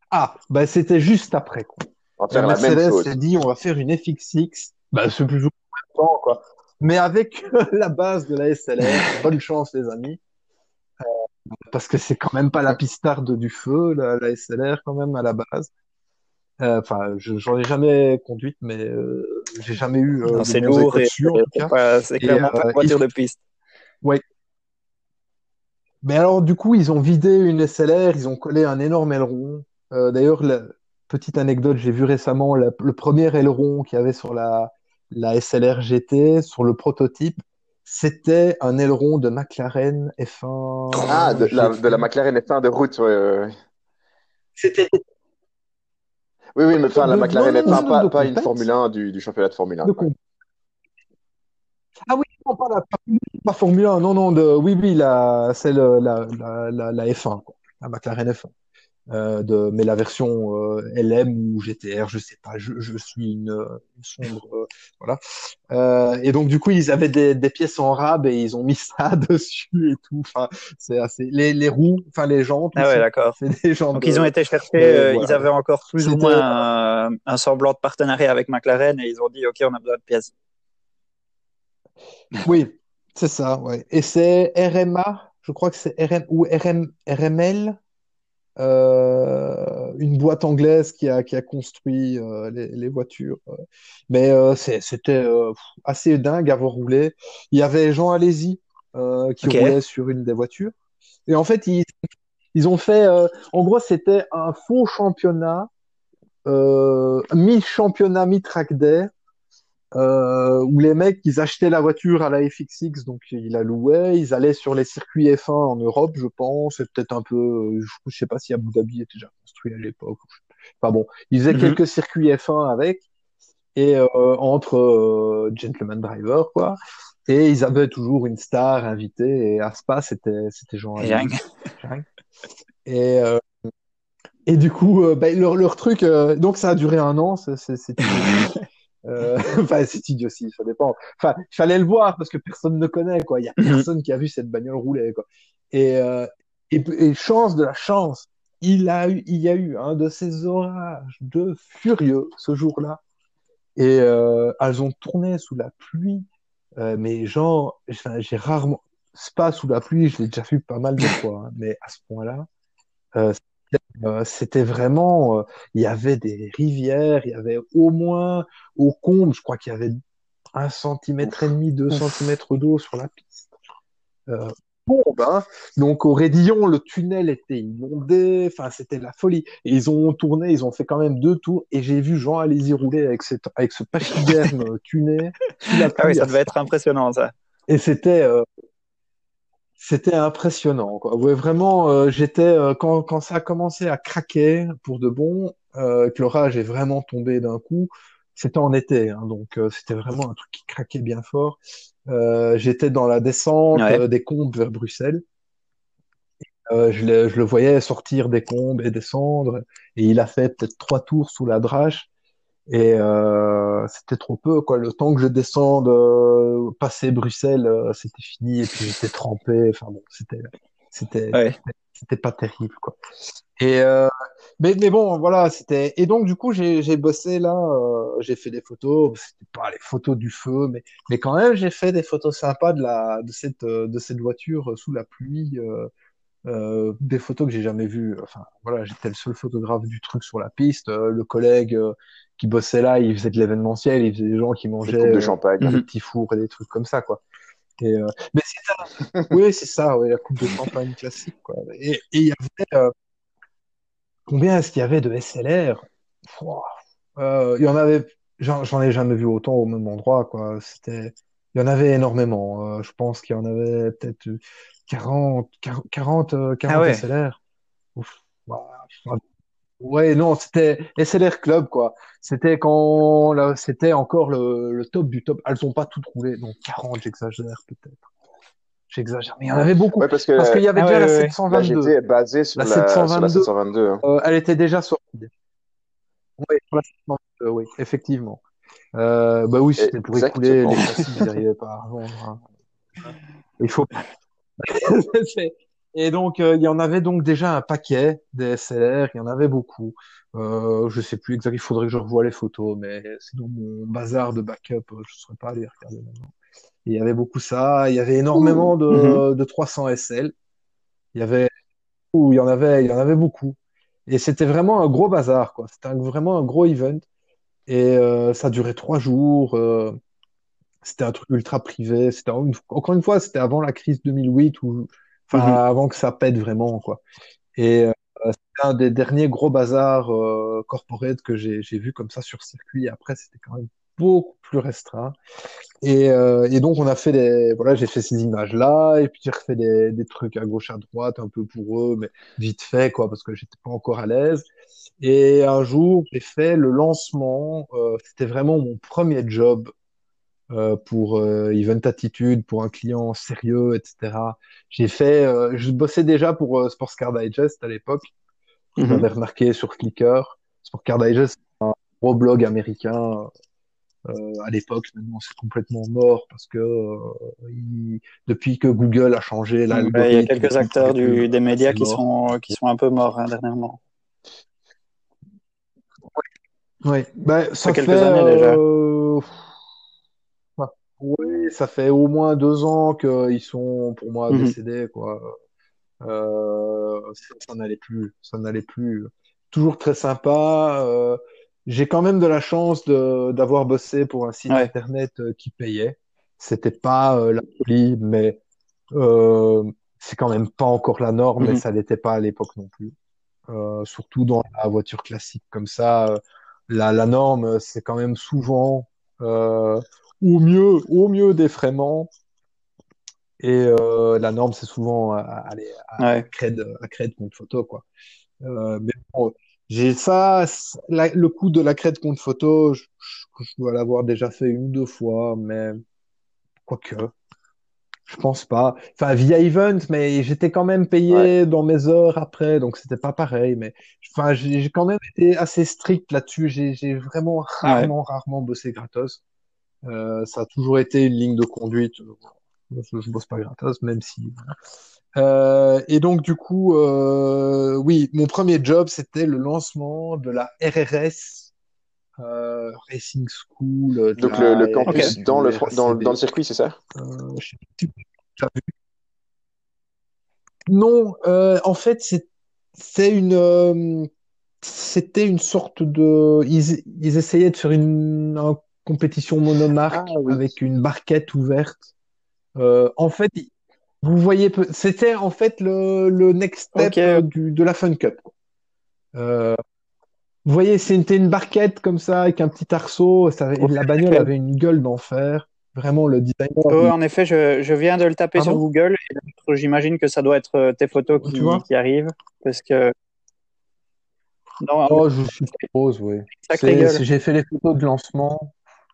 Ah, bah c'était juste après, quoi. On va faire la même Mercedes chose. s'est dit, on va faire une FX6, bah c'est plus ou moins le temps, quoi. Mais avec la base de la SLR, bonne chance les amis, parce que c'est quand même pas la pistarde du feu, la SLR quand même à la base. Enfin, j'en ai jamais conduite, mais j'ai jamais eu Non, de c'est bons lourd échos et dessus en tout cas. c'est Et clairement pas une voiture de piste. ouais. Mais alors du coup, ils ont vidé une SLR, ils ont collé un énorme aileron. D'ailleurs, petite anecdote, j'ai vu récemment le premier aileron qu'il y avait sur la SLR GT, sur le prototype, c'était un aileron de McLaren Ah, F1 de la GT. McLaren F1 de route, ouais, ouais, ouais. C'était Oui, oui, mais enfin, la non, McLaren non, non, F1, non, de pas une Formule compète. 1 du championnat de Formule 1. De Ouais. compète. Ah oui, non, pas Formule 1, non, non, oui, oui, c'est la F1, quoi, la McLaren F1. Mais la version LM ou GTR, je sais pas, je suis une sombre, voilà. Et donc du coup, ils avaient des pièces en rab et ils ont mis ça dessus et tout. Enfin, c'est assez. Les roues, enfin les jantes Ah ouais, aussi, d'accord. c'est des jantes Donc ils ont été chercher, mais ils voilà. avaient encore plus ou C'était, moins un semblant de partenariat avec McLaren et ils ont dit, OK, on a besoin de pièces. oui, c'est ça, ouais. Et c'est RMA, je crois que c'est RM ou RML. Une boîte anglaise qui a construit les voitures. Mais c'était assez dingue à voir rouler. Il y avait Jean Alési qui OK. roulait sur une des voitures. Et en fait, ils ont fait, en gros, c'était un faux championnat, mi-championnat, mi-track day, où les mecs, ils achetaient la voiture à la FXX, donc ils la louaient, ils allaient sur les circuits F1 en Europe, je pense, et peut-être un peu, je sais pas si Abu Dhabi était déjà construit à l'époque. Enfin bon, ils faisaient Mhm. quelques circuits F1 avec, et entre gentleman driver, quoi. Et ils avaient toujours une star invitée, et à Spa, c'était Jean Rien. Alesi. Et, euh, et du coup, leur truc, donc ça a duré un an, c'est idiotie. Enfin, c'est idiotie, ça dépend. Enfin, il fallait le voir parce que personne ne connaît, quoi. Il y a Mhm. personne qui a vu cette bagnole rouler, quoi. Et, et chance de la chance, il y a eu un de ces orages de furieux ce jour-là. Et elles ont tourné sous la pluie. Mais genre, enfin, j'ai rarement, c'est pas sous la pluie, je l'ai déjà vu pas mal de fois, hein, mais à ce point-là, euh, c'était vraiment, il y avait des rivières, il y avait au moins, au comble, je crois qu'il y avait 1,5 cm, 2 cm d'eau sur la piste. Euh, Bombe, hein. Donc au Raidillon, le tunnel était inondé, enfin c'était la folie. Et ils ont tourné, ils ont fait quand même 2 tours, et j'ai vu Jean Alési rouler avec ce pachyderme tuné sous la Ah oui, pluie ça à devait Spa. être impressionnant, ça. Et c'était impressionnant, quoi. Ouais, vraiment, quand ça a commencé à craquer pour de bon, que l'orage est vraiment tombé d'un coup, c'était en été, hein, donc c'était vraiment un truc qui craquait bien fort. J'étais dans la descente Ouais. des Combes vers Bruxelles. Je le voyais sortir des Combes et descendre, et il a fait peut-être 3 tours sous la drache. Et c'était trop peu, quoi. Le temps que je descende, passer Bruxelles, c'était fini, et puis j'étais trempé. Enfin bon, c'était, Ouais. c'était pas terrible, quoi. Et mais bon, voilà, c'était. Et donc du coup, j'ai bossé là, j'ai fait des photos. C'était pas les photos du feu, mais quand même, j'ai fait des photos sympas de cette voiture sous la pluie. Des photos que j'ai jamais vues. Enfin, voilà, j'étais le seul photographe du truc sur la piste. Le collègue qui bossait là, il faisait de l'événementiel, il faisait des gens qui Une mangeaient coupe de champagne. des Mhm. petits fours et des trucs comme ça, quoi. Et, mais oui, c'est ça, ouais, la coupe de champagne classique, quoi. Et il y avait, combien est-ce qu'il y avait de SLR? Pouah, il y en avait, j'en ai jamais vu autant au même endroit, quoi. Il y en avait énormément. Je pense qu'il y en avait peut-être 40 Ah ouais. SLR. Ouf. Bah, ouais, non, c'était SLR Club, quoi. C'était quand, là, c'était encore le top du top. Elles ont pas toutes roulé, donc 40, j'exagère peut-être. J'exagère, mais il y en avait beaucoup. Ouais, parce que Parce qu'il y avait Ah déjà ouais, la ouais, ouais. la GT 722. est basée La sur la 722, 722. Hein. elle était déjà sortie. Oui, sur la 722, oui, effectivement. Bah oui, c'était pour écouler Exactement. les châssis qu'ils n'arrivaient pas à revendre, hein. Il faut. Et donc, il y en avait donc déjà un paquet des SLR, il y en avait beaucoup. Je sais plus exactement, il faudrait que je revoie les photos, mais c'est dans mon bazar de backup, je ne saurais pas les regarder maintenant. Et il y avait beaucoup ça, il y avait énormément Mhm. de 300 SL, il y avait, il y en avait beaucoup. Et c'était vraiment un gros bazar, quoi. C'était vraiment un gros event. Et ça durait 3 jours. C'était un truc ultra privé. Encore une fois, c'était avant la crise 2008 ou Mhm. enfin avant que ça pète vraiment, quoi. Et c'était un des derniers gros bazars corporate que j'ai vu comme ça sur circuit. Après, c'était quand même beaucoup plus restreint. Et donc, on a fait voilà, j'ai fait ces images-là, et puis j'ai refait des trucs à gauche, à droite, un peu pour eux, mais vite fait, quoi, parce que j'étais pas encore à l'aise. Et un jour, j'ai fait le lancement. C'était vraiment mon premier job pour Event Attitude, pour un client sérieux, etc. Je bossais déjà pour Sports Car Digest à l'époque. Je Mhm. l'avais remarqué sur Flickr. Sport Car Digest, gros blog américain à l'époque. Maintenant, c'est complètement mort parce que depuis que Google a changé Ouais, il y a l'algorithme et quelques tout, acteurs des médias c'est mort. qui sont un peu morts hein, dernièrement. Oui, ben, Ça fait ça fait quelques années déjà. bah, oui, ça fait au moins 2 ans qu'ils sont pour moi Mhm. décédés, quoi. Ça n'allait plus, ça n'allait plus. Toujours très sympa. J'ai quand même de la chance d'avoir bossé pour un site Ouais. internet qui payait. C'était pas la folie, mais euh, c'est quand même pas encore la norme, mais Mhm. ça l'était pas à l'époque non plus. Surtout dans la voiture classique comme ça, la norme, c'est quand même souvent au mieux d'effraiement. Et la norme, c'est souvent aller Ouais. à cred contre photo, quoi. Mais bon, j'ai ça, le coup de la cred contre photo, je dois l'avoir déjà fait 1 ou 2 fois, mais quoique, je pense pas. Enfin, via Event, mais j'étais quand même Ouais. payé dans mes heures après, donc c'était pas pareil. Mais enfin, j'ai quand même été assez strict là-dessus. J'ai vraiment Ouais. rarement bossé gratos. Ça a toujours été une ligne de conduite. Je bosse pas gratos, même si. Et donc, du coup, oui, mon premier job, c'était le lancement de la RRS, Racing School, de Donc la le Ok. RS, campus dans du dans le RACV. circuit, c'est ça? Je sais pas si tu as vu. Non, en fait, c'est c'était une sorte de. Ils essayaient de faire une compétition Ah monomarque oui. avec une barquette ouverte. En fait, vous voyez, c'était en fait le next Ok. step de la Fun Cup. Euh, vous voyez, c'était une barquette comme ça avec un petit arceau. Et Ouais, la en bagnole effet. avait une gueule d'enfer. Vraiment, le designer. Ouais, en effet, je viens de le taper sur Pardon? Google et donc, j'imagine que ça doit être tes photos Tu vois? qui arrivent parce que non, en Oh, effet, je suppose, oui. sacrée gueule. J'ai fait les photos de lancement.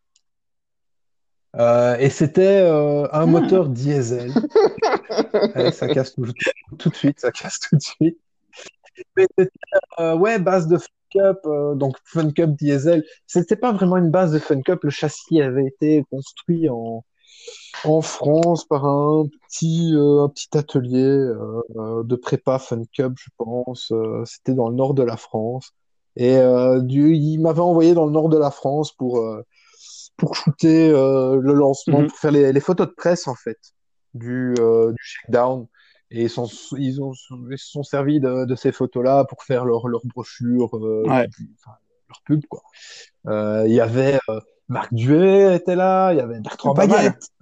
Et c'était un Hmm. moteur diesel. Ça casse tout de suite, ça casse tout de suite. Mais c'était, ouais, base de Fun Cup, donc Fun Cup diesel. C'était pas vraiment une base de Fun Cup. Le châssis avait été construit en France par un petit atelier de prépa Fun Cup, je pense. C'était dans le nord de la France. Et il m'avait envoyé dans le nord de la France pour shooter le lancement, Mhm. pour faire les photos de presse, en fait, du shakedown. Et ils se sont servis de ces photos-là pour faire leur brochure, Ouais. enfin, leur pub, quoi. Il y avait Marc Duet était là, il y avait Bertrand Pas mal. Baguette.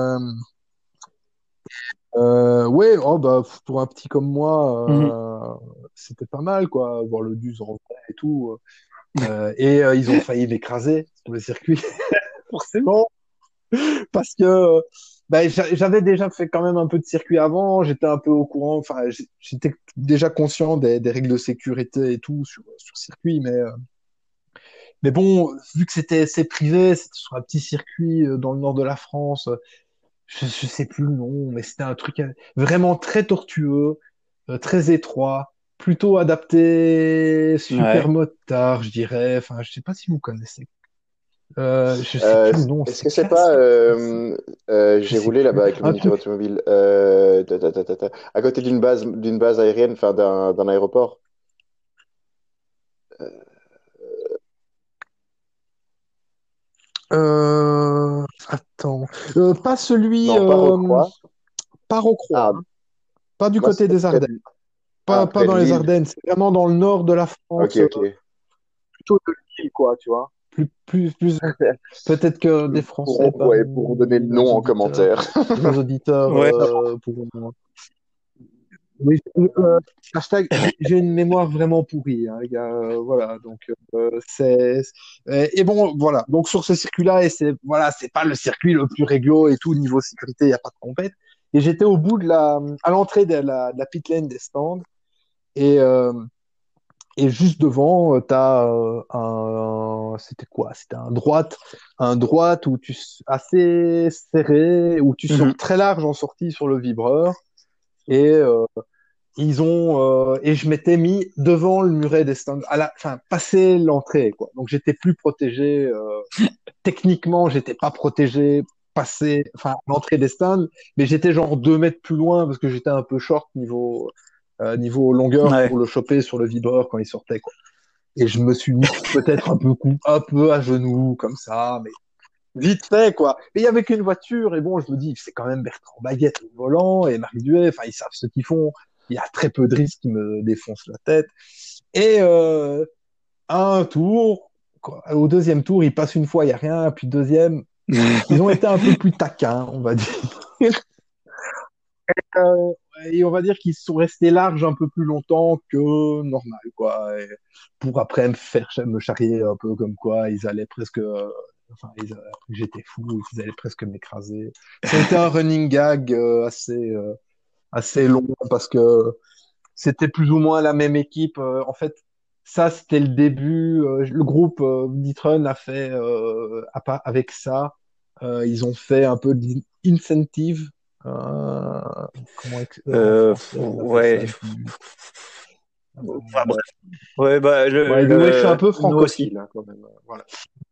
Ouais, oh, bah, pour un petit comme Mhm. moi, c'était pas mal, quoi, voir le Duz en vrai et tout. Et ils ont failli m'écraser sur le circuit, forcément, parce que bah, j'avais déjà fait quand même un peu de circuit avant, j'étais un peu au courant, enfin, j'étais déjà conscient des règles de sécurité et tout sur circuit, mais bon, vu que c'est privé, c'était sur un petit circuit dans le nord de la France, je sais plus le nom, mais c'était un truc vraiment très tortueux, très étroit, plutôt adapté super Ouais. motard, je dirais. Enfin, je sais pas si vous connaissez. Je sais plus le nom. Est-ce que c'est pas Je j'ai sais roulé plus. là-bas avec le Un moniteur truc. automobile à côté d'une base aérienne, enfin d'un aéroport. Attends. Pas celui. Non, pas Rocroi. Pas Rocroi, Ah, hein. Pas du moi côté c'était des près Ardennes. de Pas près de dans les Lille. Ardennes. C'est vraiment dans le nord de la Ok, France, ok. plutôt de Lille, quoi, tu vois. Plus. Peut-être que des Français Ouais, parmi pour vous donner le nos nom en auditeurs, commentaire. nos auditeurs Ouais. pourront. Oui, hashtag, j'ai une mémoire vraiment pourrie, hein, les gars. Voilà, donc et bon, voilà. Donc sur ce circuit-là, et c'est pas le circuit le plus réglo et tout niveau sécurité, il y a pas de compète. Et j'étais au bout à l'entrée de la pit lane des stands, et et juste devant, t'as c'était quoi? C'était un droite où assez serré, où tu Mhm. sors très large en sortie sur le vibreur. Et et je m'étais mis devant le muret des stands, enfin passer l'entrée, quoi. Donc j'étais plus protégé. Techniquement, j'étais pas protégé passer, enfin l'entrée des stands, mais j'étais genre 2 mètres plus loin parce que j'étais un peu short niveau longueur Ouais. pour le choper sur le vibreur quand il sortait, quoi. Et je me suis mis peut-être un peu à genoux comme ça, mais vite fait, quoi. Mais il y avait qu'une voiture, et bon, je me dis, c'est quand même Bertrand Baguette au volant et Marc Duet, enfin, ils savent ce qu'ils font. Il y a très peu de risques qui me défoncent la tête. Et à un tour, quoi, au deuxième tour, ils passent une fois, il n'y a rien, puis deuxième, ils ont été un peu plus taquins, on va dire. Euh, et on va dire qu'ils sont restés larges un peu plus longtemps que normal, quoi. Et pour après me charrier un peu comme quoi ils allaient presque, enfin, j'étais fou, ils allaient presque m'écraser. Ça a été un running gag assez long parce que c'était plus ou moins la même équipe. En fait, ça, c'était le début. Le groupe Nitrun a fait, avec ça, ils ont fait un peu d'incentive. Euh, en français on appelle ça Ouais. Enfin, euh, bref. Ouais, bah, ouais, je suis un peu nous aussi. francophile, hein, quand même. Voilà.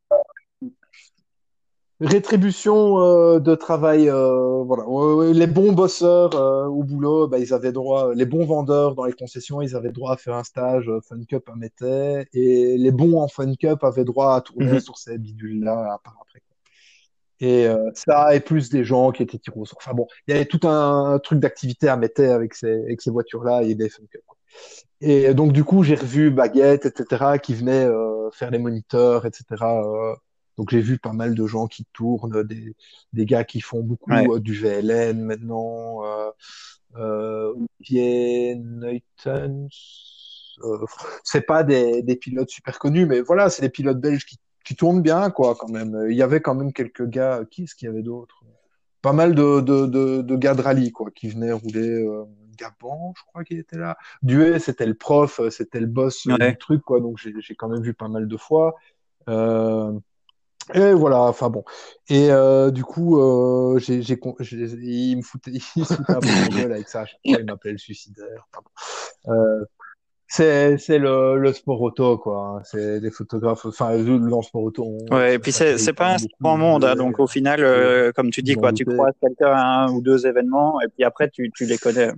Rétribution de travail, voilà. Ouais, ouais, les bons bosseurs au boulot, bah, ils avaient droit, les bons vendeurs dans les concessions, ils avaient droit à faire un stage Fun Cup à Métais, et les bons en Fun Cup avaient droit à tourner Mhm. sur ces bidules-là à part après. Et ça, et plus des gens qui étaient tirés au sort. Enfin bon, il y avait tout un truc d'activité à Métais avec ces voitures-là et des Fun Cup, quoi. Et donc, du coup, j'ai revu Baguette, etc., qui venaient faire les moniteurs, etc. Donc, j'ai vu pas mal de gens qui tournent, des gars qui font Ouais. beaucoup du VLN maintenant, Olivier Neutens. C'est pas des pilotes super connus, mais voilà, c'est des pilotes belges qui tournent bien, quoi, quand même. Il y avait quand même quelques gars. Qui est-ce qu'il y avait d'autres? Pas mal de gars de rallye, quoi, qui venaient rouler. Gabon, je crois qu'il était là. Duet, c'était le prof, c'était le boss du Ouais. truc, quoi. Donc j'ai quand même vu pas mal de fois. Euh, et voilà, enfin bon. Et du coup, il me foutait, il se foutait un peu de ma gueule avec ça. À chaque fois, il m'appelait le suicidaire. Enfin bon. C'est le sport auto, quoi, hein. C'est des photographes. Enfin, dans le sport auto, Ouais, et ça, puis ça charrie c'est quand pas un même si beaucoup. grand Vous monde, hein, devez, donc au final, vous comme tu dis, vous en quoi, tu doutez. croises quelqu'un à un ou deux événements, et puis après, tu les connais.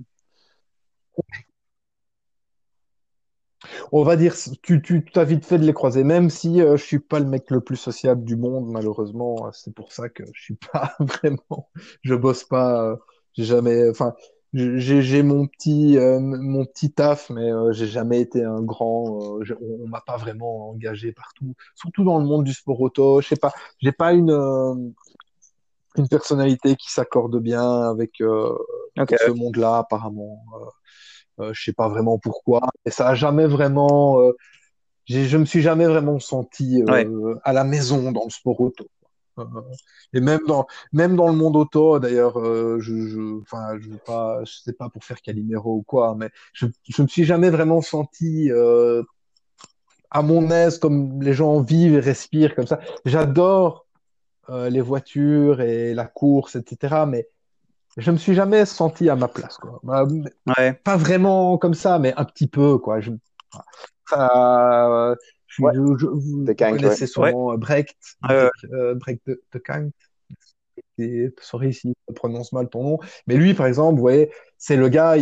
On va dire, tu t'as vite fait de les croiser, même si je suis pas le mec le plus sociable du monde, malheureusement. C'est pour ça que je suis pas vraiment, je bosse pas, j'ai jamais, enfin, j'ai mon petit taf, mais j'ai jamais été un grand, on m'a pas vraiment engagé partout, surtout dans le monde du sport auto. Je sais pas, j'ai pas une personnalité qui s'accorde bien avec Ok. ce monde-là, apparemment. Je sais pas vraiment pourquoi. Et ça a jamais vraiment. Je me suis jamais vraiment senti Ouais. à la maison dans le sport auto. Euh, et même dans le monde auto, d'ailleurs, enfin, je sais pas pour faire Calimero ou quoi, mais je me suis jamais vraiment senti à mon aise comme les gens vivent et respirent comme ça. J'adore les voitures et la course, etc. Mais je me suis jamais senti à ma place, quoi. Ouais. Pas vraiment comme ça, mais un petit peu, quoi. Ça, Ouais, Vous The Kind, ouais. connaissez Ouais. sûrement Brecht, Euh, Brecht de Kant. Sorry si je prononce mal ton nom. Mais lui, par exemple, vous voyez, c'est le gars,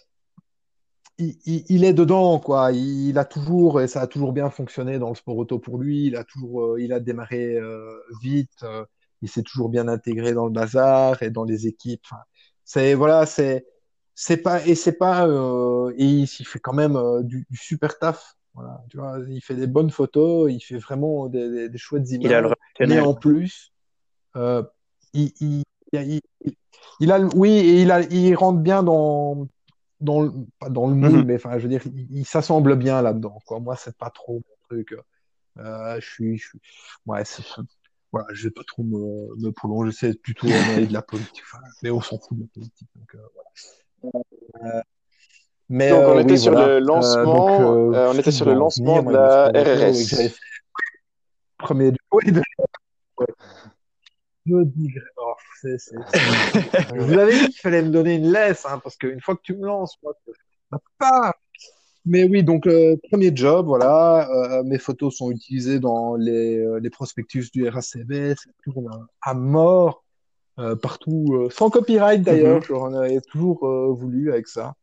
il est dedans, quoi. Il a toujours, et ça a toujours bien fonctionné dans le sport auto pour lui. Il a démarré vite. Il s'est toujours bien intégré dans le bazar et dans les équipes. Enfin, voilà, c'est pas, et il fait quand même du super taf. Voilà, tu vois, il fait des bonnes photos, il fait vraiment des chouettes il a le images. Mais relationnel. en plus, euh, il, il, oui, et il rentre bien pas dans le moule, Mhm. mais enfin, je veux dire, il s'assemble bien là-dedans, quoi. Moi, c'est pas trop mon truc. Ouais, voilà, je vais pas trop me prolonger, c'est plutôt de la politique. Enfin, mais on s'en fout de la politique. Donc, mais Donc, oui, voilà. on était Si je sur dois le en lancement venir, de moi, avec le la sport auto, et que j'avais RRS. fait le premier. Oui, ouais. Je digresse. Oh, je vous avais dit qu'il fallait me donner une laisse, hein, parce qu'une fois que tu me lances, moi, ça va pas. Mais oui, donc premier job, voilà. Mes photos sont utilisées dans les prospectus du RACB, ça tourne à mort partout, sans copyright Mhm. d'ailleurs. J'en avais toujours voulu avec ça,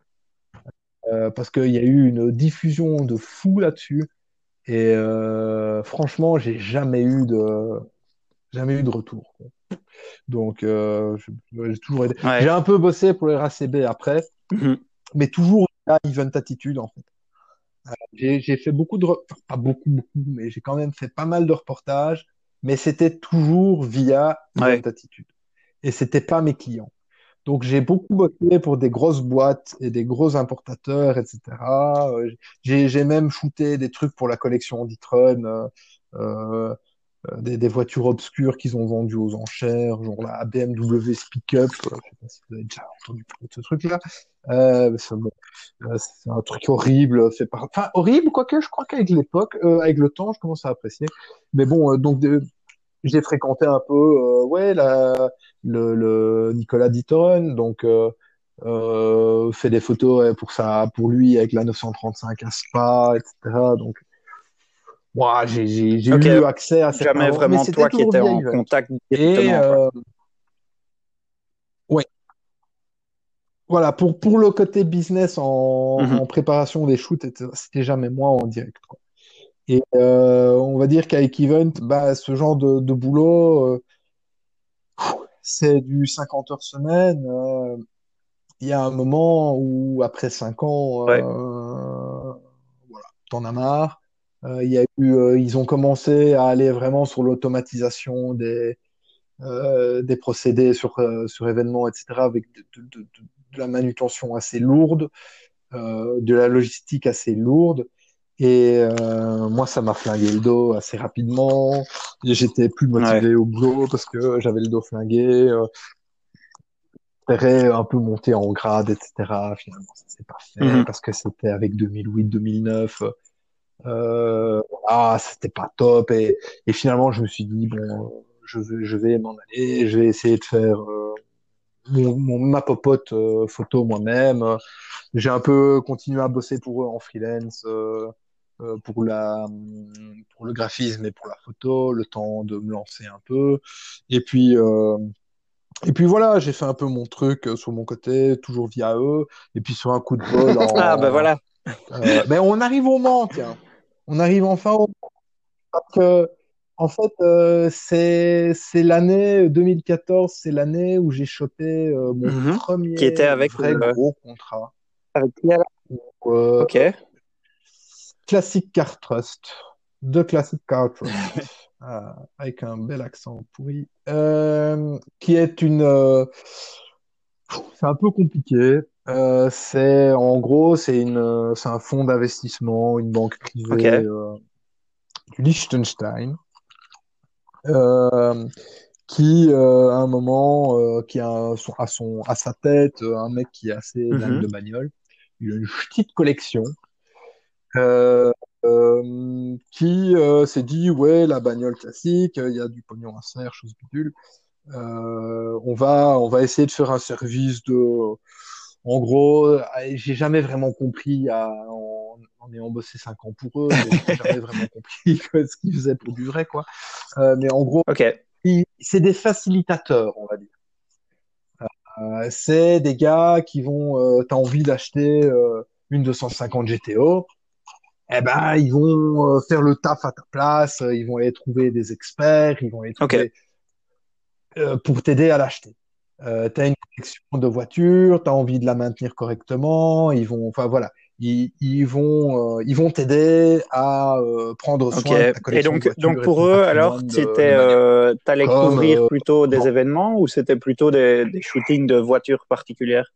parce qu'il y a eu une diffusion de fou là-dessus. Et franchement, j'ai jamais eu de retour, quoi. Donc, j'ai toujours aidé. Ouais. J'ai un peu bossé pour le RACB après, Mhm. mais toujours à Event Attitude en fait. J'ai fait enfin, pas beaucoup, beaucoup, mais j'ai quand même fait pas mal de reportages, mais c'était toujours via Event Ouais. Attitude. Et c'était pas mes clients. Donc j'ai beaucoup bossé pour des grosses boîtes et des gros importateurs, etc. J'ai même shooté des trucs pour la collection d'Itron, euh, des voitures obscures qu'ils ont vendues aux enchères, genre la BMW Speak Up. Je sais pas si vous avez déjà entendu parler de ce truc-là. Bon, c'est un truc horrible, enfin horrible, quoique je crois qu'avec l'époque, avec le temps, je commence à apprécier. Mais bon, j'ai fréquenté un peu, ouais, le Nicolas Ditoren, donc fait des photos ouais, pour lui avec la 935 à Spa, etc. Donc, moi, j'ai Ok. eu accès à certains Jamais moments, mais vraiment c'était toi qui toujours étais via en Event. contact Et directement, quoi. ouais, voilà, pour le côté business en Mhm. préparation des shoots, c'était jamais moi en direct, quoi. Et on va dire qu'avec Event, bah, ce genre de boulot, c'est du 50 heures semaine. Il y a un moment où, après 5 ans, Ouais. voilà, t'en as marre. Ils ont commencé à aller vraiment sur l'automatisation des procédés sur événements, etc., avec de la manutention assez lourde, de la logistique assez lourde. Et moi, ça m'a flingué le dos assez rapidement. Et j'étais plus Ouais. motivé au boulot parce que j'avais le dos flingué. J'espérais un peu monter en grade, etc. Finalement, ça s'est pas fait Mhm. parce que c'était avec 2008-2009. C'était pas top. Et finalement, je me suis dit, bon, je vais m'en aller. Je vais essayer de faire ma popote photo moi-même. J'ai un peu continué à bosser pour eux en freelance, pour le graphisme et pour la photo, le temps de me lancer un peu. Et puis, euh, et puis voilà, j'ai fait un peu mon truc sur mon côté, toujours via eux. Et puis sur un coup de bol, Ah, ben voilà. mais on arrive au Mans, tiens. On arrive enfin au Mans. Que, en fait, c'est l'année 2014, c'est l'année où j'ai chopé mon Mhm. Qui était premier avec, vrai gros contrat. avec qui alors? Euh, Ok. Classic Car Trust. De Classic Car Trust. Avec un bel accent pourri. Qui est c'est un peu compliqué. En gros, c'est un fonds d'investissement, une banque privée Ok. du Liechtenstein, euh, qui, à un moment, qui a à sa tête un mec qui est assez dingue Mhm. de bagnole. Il a une petite collection. Euh, qui s'est dit, ouais, la bagnole classique, il y a du pognon à se faire, chose bidule. On va essayer de faire un service de. En gros, j'ai jamais vraiment compris en ayant bossé 5 ans pour eux, mais j'ai jamais vraiment compris ce qu'ils faisaient pour du vrai, quoi. Mais en gros, Ok. c'est des facilitateurs, on va dire. C'est des gars qui vont, t'as envie d'acheter une 250 GTO, eh ben ils vont faire le taf à ta place, ils vont aller trouver des experts, ils vont aller Ok. trouver pour t'aider à l'acheter. Tu as une collection de voitures, tu as envie de la maintenir correctement, enfin voilà, ils vont t'aider à prendre Ok. soin de ta Et collection de donc voitures et de pour ton eux, alors, patrimoine de c'était, bagnole. t'allais Comme couvrir plutôt bon, des événements ou c'était plutôt des shootings de voitures particulières?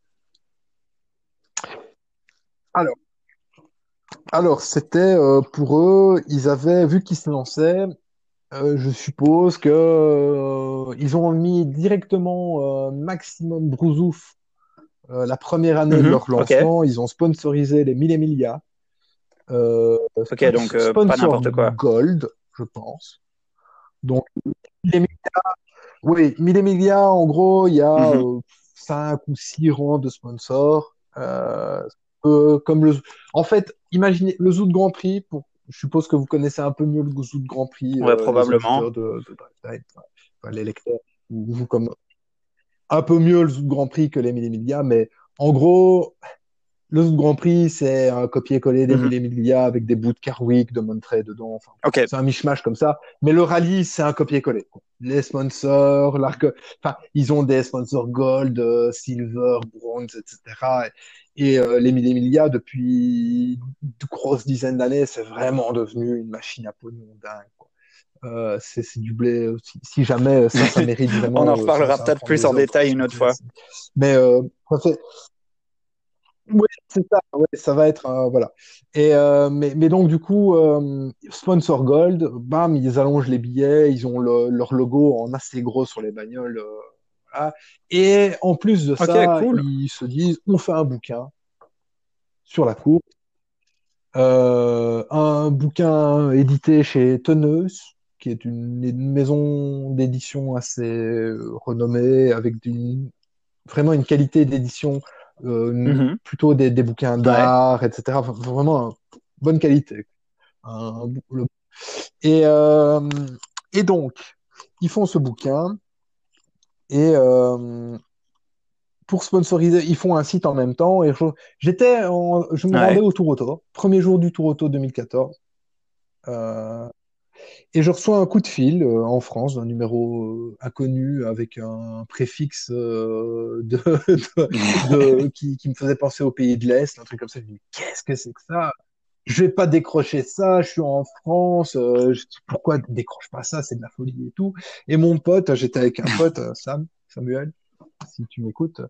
alors, alors c'était pour eux, ils avaient vu qu'ils se lançaient. Je suppose que ils ont mis directement Maximum Brousouf la première année de Mhm. leur Ok. lancement. Ils ont sponsorisé les Mille et Millias. Ok. Donc pas Sponsor n'importe quoi. Gold, je pense. Donc, Mille et oui, Mille et Millias, en gros, il y a Mhm. 5 ou 6 rangs de sponsors. Comme en fait, imaginez le Zoot Grand Prix. Je suppose que vous connaissez un peu mieux le Zoot Grand Prix, Ouais, les probablement. auditeurs de Drive Time, enfin, les lecteurs, ou vous comme un peu mieux le Zoot Grand Prix que les Mille et Millias, mais en gros, le Grand Prix, c'est un copier-coller des Mhm. Mille et Millias avec des bouts de Carwick, de Monterey dedans. Enfin, Ok. c'est un mishmash comme ça. Mais le rallye, c'est un copier-coller, quoi. Les sponsors, enfin, ils ont des sponsors gold, silver, bronze, etc. Les Mille et Millias, depuis de grosses dizaines d'années, c'est vraiment devenu une machine à pognon dingue, quoi. C'est du blé. Si jamais ça mérite On en vraiment, reparlera ça va peut-être prendre plus en des heures de détail une autre discuter. fois. Mais oui, c'est ça, ouais, ça va être voilà. Mais donc du coup, sponsor Gold, bam, ils allongent les billets, ils ont leur logo en assez gros sur les bagnoles, voilà. Et en plus de Ok, ça, cool. ils se disent, on fait un bouquin sur la course, un bouquin édité chez Teneus, qui est une maison d'édition assez renommée, avec vraiment une qualité d'édition, Mhm. plutôt des bouquins Ouais. d'art, etc. Enfin, vraiment bonne qualité. Un- le- et, euh, et donc, ils font ce bouquin et pour sponsoriser, ils font un site en même temps. Et je me rendais Ouais. au Tour Auto, premier jour du Tour Auto 2014. Euh, Et je reçois un coup de fil en France d'un numéro inconnu avec un préfixe qui me faisait penser au pays de l'Est, un truc comme ça. Je me dis, qu'est-ce que c'est que ça? Je vais pas décrocher ça, je suis en France, pourquoi décroche pas ça? C'est de la folie et tout. Et mon pote, j'étais avec un pote, Samuel, si tu m'écoutes,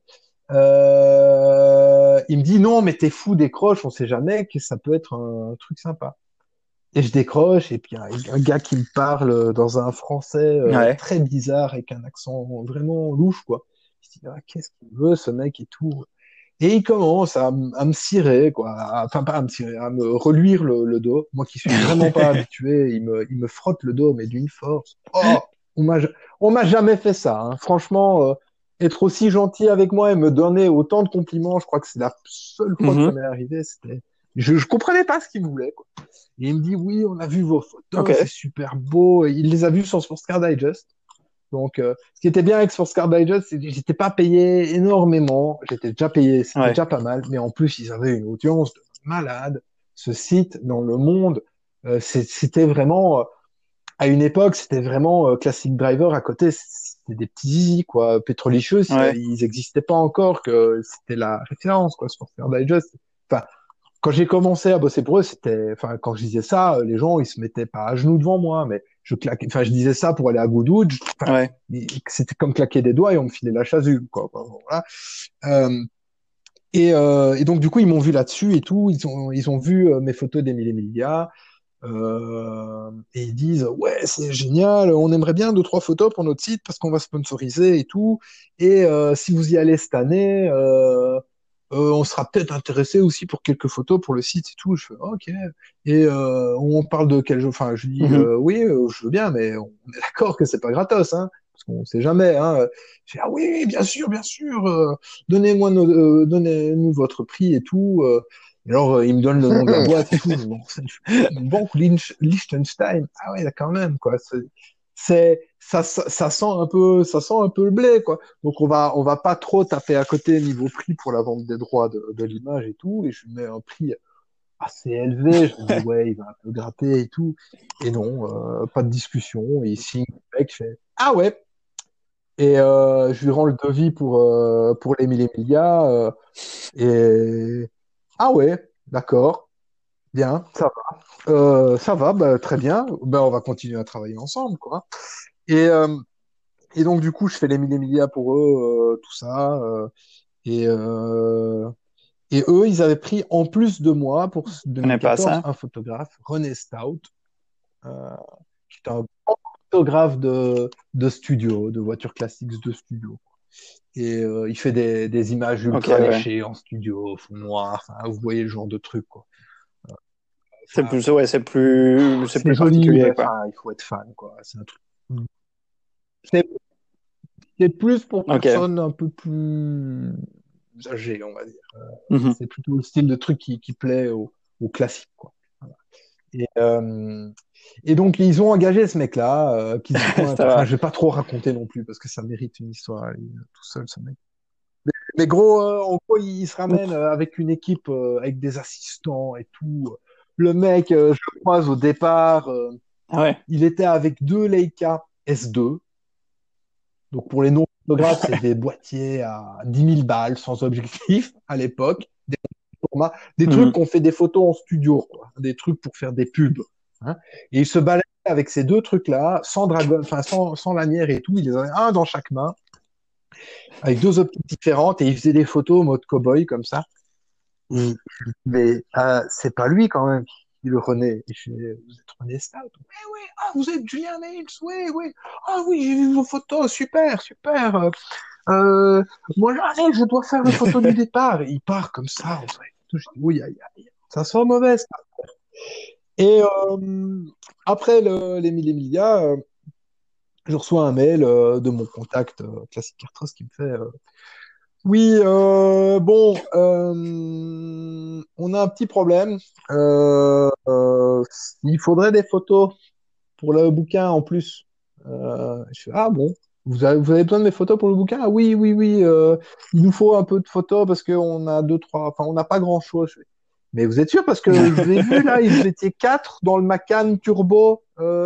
il me dit, non, mais t'es fou, décroche, on sait jamais que ça peut être un truc sympa. Et je décroche, et puis un gars qui me parle dans un français Ouais. très bizarre, avec un accent vraiment louche, quoi. Je dis, ah, qu'est-ce qu'il veut, ce mec et tout. Et il commence à me cirer, quoi. Enfin, pas à me cirer, à me reluire le dos. Moi qui suis vraiment pas habitué, il me frotte le dos, mais d'une force. Oh, on m'a, on m'a jamais fait ça, hein. Franchement, être aussi gentil avec moi et me donner autant de compliments, je crois que c'est la seule fois que ça Mhm. m'est arrivé. Je comprenais pas ce qu'il voulait, quoi. Et il me dit, oui, on a vu vos photos, c'est Ok. super beau. Et il les a vus sur Sportscar Digest. Donc, ce qui était bien avec Sportscar Digest, c'est que j'étais pas payé énormément. J'étais déjà payé, c'était Ouais. déjà pas mal. Mais en plus, ils avaient une audience de malade. Ce site, dans le monde, c'était vraiment, à une époque, c'était vraiment Classic Driver à côté. C'était des petits zizi, quoi. Petrolicious, Ouais. ils existaient pas encore, que c'était la référence, quoi, Sportscar Digest. Enfin, quand j'ai commencé à bosser pour eux, enfin, quand je disais ça, les gens, ils se mettaient pas à genoux devant moi, mais je disais ça pour aller à Goodwood. Enfin, Ouais. c'était comme claquer des doigts et on me filait la chasuble, quoi. Voilà. Euh, et donc, du coup, ils m'ont vu là-dessus et tout. Ils ont vu mes photos d'Emilie Emilia. Et ils disent, ouais, c'est génial, on aimerait bien 2, 3 photos pour notre site parce qu'on va sponsoriser et tout. Et si vous y allez cette année, on sera peut-être intéressé aussi pour quelques photos pour le site et tout. Je fais, ok. Et on parle de quel jeu? Enfin, je dis, Mhm. oui, je veux bien, mais on est d'accord que c'est pas gratos, hein, parce qu'on sait jamais. Hein. Je fais, ah oui, bien sûr, donnez-nous votre prix et tout. Et alors, il me donne le nom de la boîte et tout. Bon, c'est une banque Liechtenstein. Ah ouais, là, quand même, quoi. Ça sent un peu le blé, quoi. Donc, on va pas trop taper à côté niveau prix pour la vente des droits de l'image et tout. Et je lui mets un prix assez élevé. Je me dis, ouais, il va un peu gratter et tout. Et non, pas de discussion. Et il signe, le mec fait, ah ouais. Et je lui rends le devis pour l'Emile Emilia. Et ah ouais, d'accord, bien, ça va, bah, très bien. Ben, on va continuer à travailler ensemble, quoi. Et, euh, et donc, du coup, je fais l'Emile Emilia pour eux, tout ça. Et, euh, et eux, ils avaient pris en plus de moi pour Je connais pas 2014 ça. un photographe, René Stout, euh, qui est un grand photographe de studio, de voitures classiques de studio. Et il fait des images Ok, ultra ouais. léchées en studio, fond noir. Enfin, vous voyez le genre de truc, quoi. C'est Enfin, plus, ouais, c'est c'est plus joli, mais particulier, quoi. enfin, il faut être fan, quoi. C'est un truc. C'est c'est plus pour Ok. personnes un peu plus âgées, on va dire. Mhm. C'est plutôt le style de truc qui plaît aux classiques, quoi. Voilà. Et, euh, et donc, ils ont engagé ce mec-là, qui se pointe. Ça Enfin, va. je vais pas trop raconter non plus, parce que ça mérite une histoire, lui, tout seul, ce mec. Mais gros, en gros, il se ramène avec une équipe, avec des assistants et tout. Le mec, je le croise au départ, Ah ouais. il était avec deux Leica S2. Donc pour les non-photographes, c'est des boîtiers à 10 000 balles sans objectif à l'époque, des formats, des trucs Mhm. qu'on fait des photos en studio, quoi, des trucs pour faire des pubs. Hein. Et il se baladait avec ces deux trucs-là, sans dragon, enfin sans lanière et tout. Il les avait un dans chaque main, avec deux optiques différentes, et il faisait des photos en mode cow-boy comme ça. Et mais c'est pas lui quand même, qui le René. Et je fais, vous êtes René Stout? Ouais, ouais, ah, vous êtes Julien Nails? Ouais, ouais. Ah oui, j'ai vu vos photos, super, super. Moi, allez, je dois faire la photo du départ. Et il part comme ça, on fait. Je dis, oui, aïe, aïe. Ça sent mauvais, ça. Et après l'Emile Emilia, je reçois un mail de mon contact Classic Cartros qui me fait oui, bon, on a un petit problème. Il faudrait des photos pour le bouquin en plus. Je fais, ah bon, vous avez besoin de mes photos pour le bouquin? Ah oui, oui, oui, il nous faut un peu de photos parce qu'on a deux, trois, enfin, on n'a pas grand-chose. Je fais, mais vous êtes sûr? Parce que je vous ai vu là, vous étiez quatre dans le Macan Turbo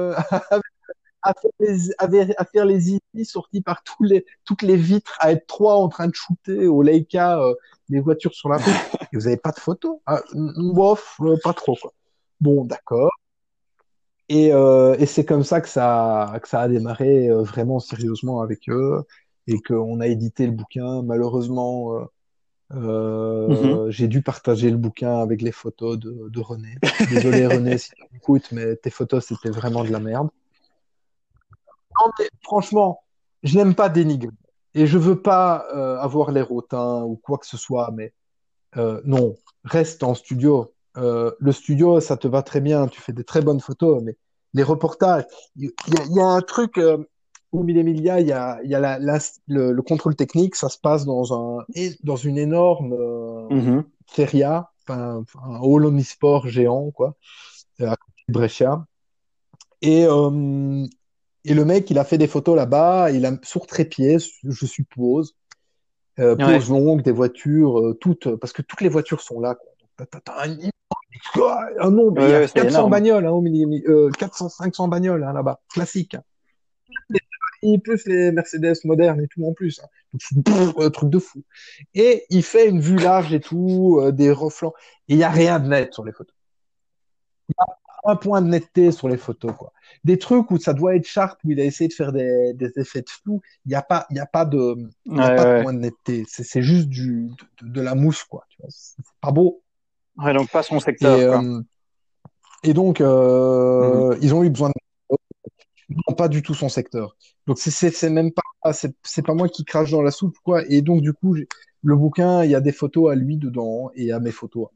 à faire les easy sortis par toutes les vitres, à être trois en train de shooter au Leica les voitures sur la route. Et vous n'avez pas de photos? Ah, bof, pas trop, quoi. Bon, d'accord. Et c'est comme ça que ça a démarré vraiment sérieusement avec eux et qu'on a édité le bouquin. Malheureusement, Mhm. j'ai dû partager le bouquin avec les photos de René. Désolé René si tu m'écoutes, mais tes photos c'était vraiment de la merde. Non, mais franchement, je n'aime pas dénigrer. Et je veux pas avoir l'air hautain ou quoi que ce soit, mais non, reste en studio. Le studio, ça te va très bien, tu fais des très bonnes photos, mais les reportages, il y a un truc, au Mille Emilia, il y a le contrôle technique, ça se passe dans une énorme Mhm. feria, enfin, un hall omnisport géant, quoi, à côté de Brescia. Et, euh, et le mec, il a fait des photos là-bas, il a sur trépied, je suppose, Ouais. pose longue, des voitures, toutes, parce que toutes les voitures sont là, quoi. Donc, t'as un nombre, il y Ouais, a ouais, c'est 400 énorme. bagnoles, hein, 400, 500 bagnoles hein, là-bas, classique. Hein. Et plus les Mercedes modernes et tout en plus. Hein. Donc, truc de fou. Et il fait une vue large et tout, des reflets. Et il n'y a rien de net sur les photos. Un point de netteté sur les photos, quoi. Des trucs où ça doit être sharp, où il a essayé de faire des effets de flou, Ouais, il y a pas de ouais. point de netteté. C'est juste de la mousse, quoi. Tu vois. C'est pas beau. Ouais, donc pas son Et, secteur, quoi. et donc, Mhm. ils ont eu besoin de non, pas du tout son secteur. Donc c'est même pas c'est pas moi qui crache dans la soupe quoi. Et donc du coup le bouquin il y a des photos à lui dedans et à mes photos.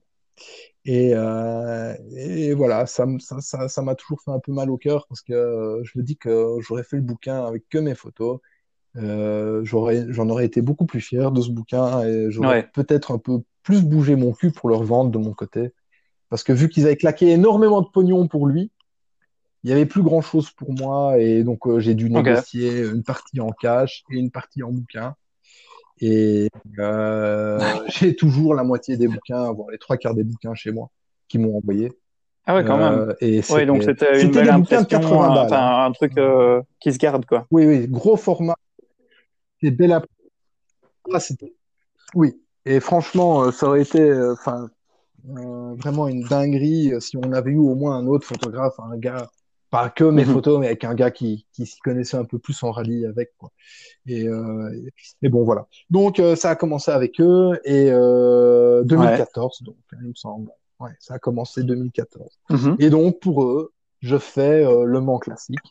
Et voilà ça m'a toujours fait un peu mal au cœur parce que je me dis que j'aurais fait le bouquin avec que mes photos. J'en aurais été beaucoup plus fier de ce bouquin et j'aurais Ouais. peut-être un peu plus bougé mon cul pour leur vendre de mon côté. Parce que vu qu'ils avaient claqué énormément de pognon pour lui, il n'y avait plus grand-chose pour moi. Et donc, j'ai dû Ok. négocier une partie en cash et une partie en bouquin. Et j'ai toujours la moitié des bouquins, voire les trois quarts des bouquins chez moi, qui m'ont envoyé. Ah ouais, quand même. Et Ouais, donc c'était une c'était belle des bouquins de impression, 80 balles. Hein. enfin un truc qui se garde, quoi. Oui, oui, gros format, c'est belle ah, oui. Et franchement, ça aurait été, vraiment une dinguerie si on avait eu au moins un autre photographe, un gars, pas que mes Mhm. photos, mais avec un gars qui s'y connaissait un peu plus en rallye avec, quoi. Et bon, voilà. Donc, ça a commencé avec eux et Ouais. 2014, donc, il me semble. Ouais, ça a commencé 2014. Mhm. Et donc, pour eux, je fais Le Mans classique.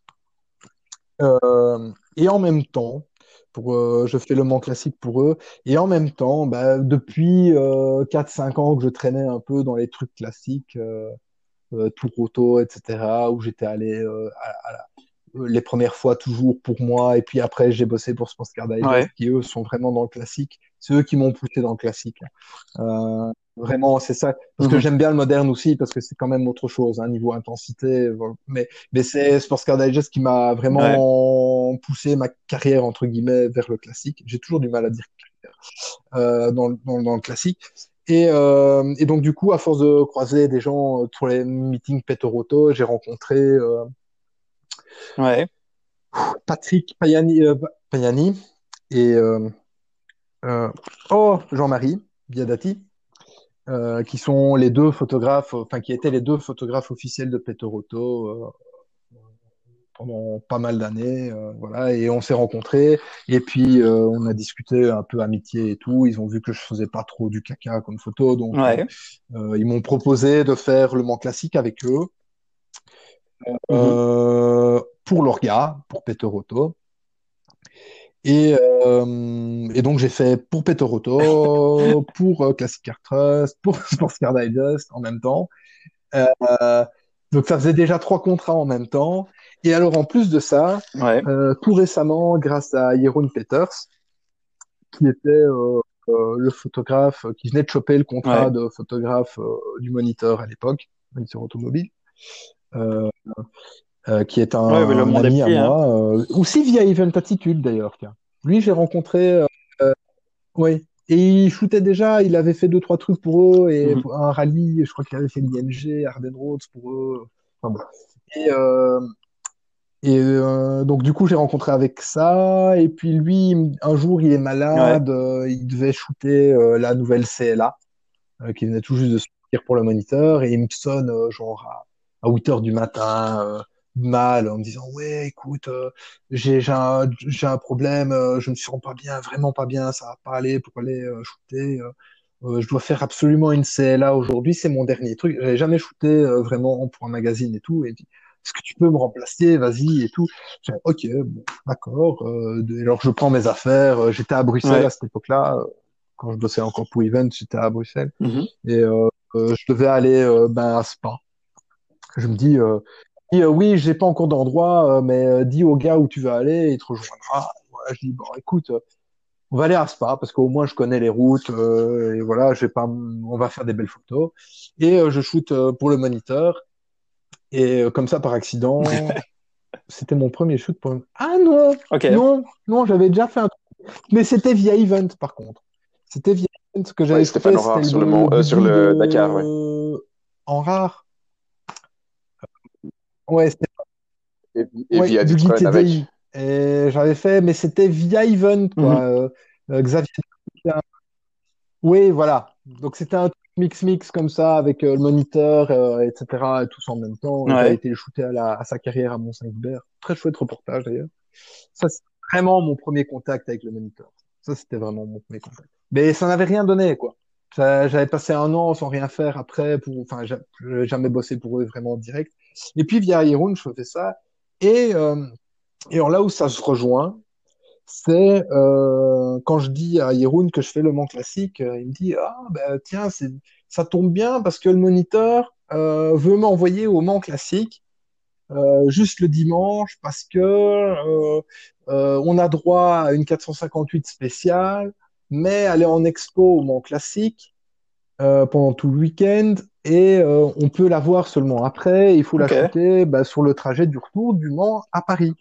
Et en même temps, je fais Le Mans classique pour eux. Et en même temps, bah, depuis 4-5 ans que je traînais un peu dans les trucs classiques, Tour Auto, etc., où j'étais allé les premières fois toujours pour moi, et puis après j'ai bossé pour Sports Car Ouais. Digest, qui eux sont vraiment dans le classique. C'est eux qui m'ont poussé dans le classique. Vraiment, c'est ça. Parce que Mhm. j'aime bien le moderne aussi, parce que c'est quand même autre chose, hein, niveau intensité. Voilà. Mais c'est Sports Car Digest qui m'a Ouais. vraiment poussé ma carrière, entre guillemets, vers le classique. J'ai toujours du mal à dire dans le classique. Et donc, du coup, à force de croiser des gens pour les meetings Petoroto, j'ai rencontré Ouais. Patrick Payani et euh, Jean-Marie Biadati, qui sont les deux photographes, enfin, qui étaient les deux photographes officiels de Petoroto pendant pas mal d'années, voilà, et on s'est rencontrés, et puis on a discuté un peu amitié et tout. Ils ont vu que je faisais pas trop du caca comme photo, donc Ouais. ils m'ont proposé de faire le Mans classique avec eux Mhm. pour l'Orga, pour Petoroto. Et donc j'ai fait pour Petoroto, pour Classic Car Trust, pour Sports Car Digest en même temps. Euh, donc ça faisait déjà trois contrats en même temps. Et alors en plus de ça, Ouais. tout récemment, grâce à Jeroen Peters, qui était le photographe qui venait de choper le contrat Ouais. de photographe du Moniteur à l'époque, Moniteur automobile, euh, qui est Ouais, mais le un monde est ami à petit, hein. moi, aussi via Event Attitude d'ailleurs. Tiens. Lui, j'ai rencontré, ouais, et il shootait déjà, il avait fait deux, trois trucs pour eux, et Mhm. pour un rallye, je crois qu'il avait fait l'IMG, Arden Roads pour eux. Enfin, bon. Et, euh, donc du coup, j'ai rencontré avec ça, et puis lui, un jour, il est Ouais. malade, il devait shooter la nouvelle CLA, qui venait tout juste de sortir pour le Moniteur, et il me sonne genre à 8 heures du matin, mal, en me disant, ouais, écoute, j'ai un problème, je me sens pas bien, vraiment pas bien, ça va pas aller pour aller shooter. Je dois faire absolument une CLA aujourd'hui, c'est mon dernier truc. J'avais jamais shooté vraiment pour un magazine et tout. Et puis, est-ce que tu peux me remplacer? Vas-y et tout. J'ai dit, ok, bon, d'accord. Alors je prends mes affaires. J'étais à Bruxelles à Ouais. cette époque-là. Quand je bossais encore pour Event, j'étais à Bruxelles. Mhm. Et je devais aller ben, à Spa. Je me dis, oui, j'ai pas encore d'endroit, mais dis au gars où tu vas aller, il te rejoindra. Voilà, je dis, bon, écoute, on va aller à Spa parce qu'au moins je connais les routes et voilà, je vais pas, on va faire des belles photos. Et je shoot pour le Moniteur et comme ça par accident, c'était mon premier shoot pour. Ah non, Ok. non, non, j'avais déjà fait un truc, mais c'était via Event par contre. C'était via Event ce que Ouais, j'avais Stéphane shooté, c'était Aurore sur le sur Goodyear le Dakar, ouais. de en rare. Ouais, c'était Et ouais, via du Guy Citroën avec. TDI. Et j'avais fait, mais c'était via Event quoi. Mhm. Xavier. Oui, voilà. Donc c'était un truc mix comme ça avec le moniteur, etc. et tous en même temps. J'avais Ouais. été shooté à sa carrière à Mont-Saint-Hubert. Très chouette reportage d'ailleurs. Ça, c'est vraiment mon premier contact avec le moniteur. Ça, c'était vraiment mon premier contact. Mais ça n'avait rien donné, quoi. J'avais passé un an sans rien faire après enfin, j'avais jamais bossé pour eux vraiment en direct. Et puis via Iron, je faisais ça. Et, euh, et alors là où ça se rejoint, c'est quand je dis à Yeroun que je fais le Mans classique, il me dit ah ben tiens ça tombe bien parce que le moniteur veut m'envoyer au Mans classique juste le dimanche parce que on a droit à une 458 spéciale mais aller en expo au Mans Classique pendant tout le week-end et on peut la voir seulement après. Il faut la Ok. shooter sur le trajet du retour du Mans à Paris.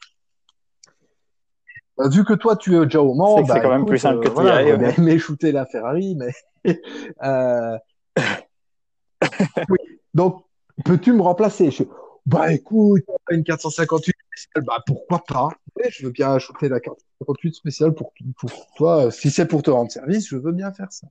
Vu que toi tu es déjà au Mans, C'est que c'est quand même plus écoute, simple que tu y voilà, ailles. j'aurais bien Ouais. aimé shooter la Ferrari, mais euh, oui. Donc peux-tu me remplacer? Écoute, une 458 spéciale, pourquoi pas? Ouais, je veux bien shooter la 458 spéciale pour toi. Si c'est pour te rendre service, je veux bien faire ça.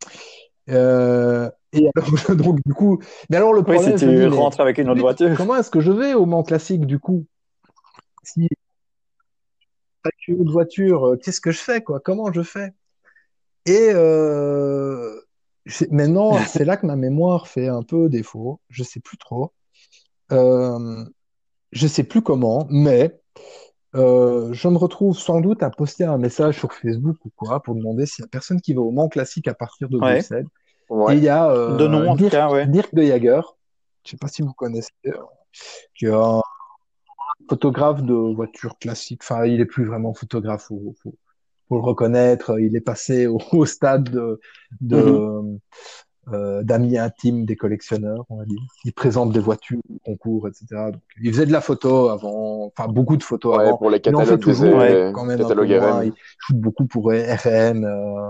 Et alors, donc, du coup, mais alors le Oui, si problème, je me tu dis, mais rentres avec une autre zut, voiture. comment est-ce que je vais au Mans Classique du coup? Si pas une autre voiture, qu'est-ce que je fais, quoi? Comment je fais? Et maintenant, c'est là que ma mémoire fait un peu défaut. Je sais plus trop. Euh, je sais plus comment, mais je me retrouve sans doute à poster un message sur Facebook ou quoi pour demander s'il y a personne qui va au Mans Classique à partir de Ouais. Bruxelles. Et Ouais. il y a De nom, en tout cas, ouais. Dirk de Jager. Je sais pas si vous connaissez, qui est un photographe de voitures classiques. Enfin, il est plus vraiment photographe, faut le reconnaître. Il est passé au stade Mhm. de, d'amis intimes des collectionneurs, on va dire. Il présente des voitures, concours, etc. Donc, il faisait de la photo avant, enfin beaucoup de photos Ouais, avant. pour les Il en fait catalogues toujours, mais Ouais. quand même un peu catalogues moins. Il RM. shoot beaucoup pour RN.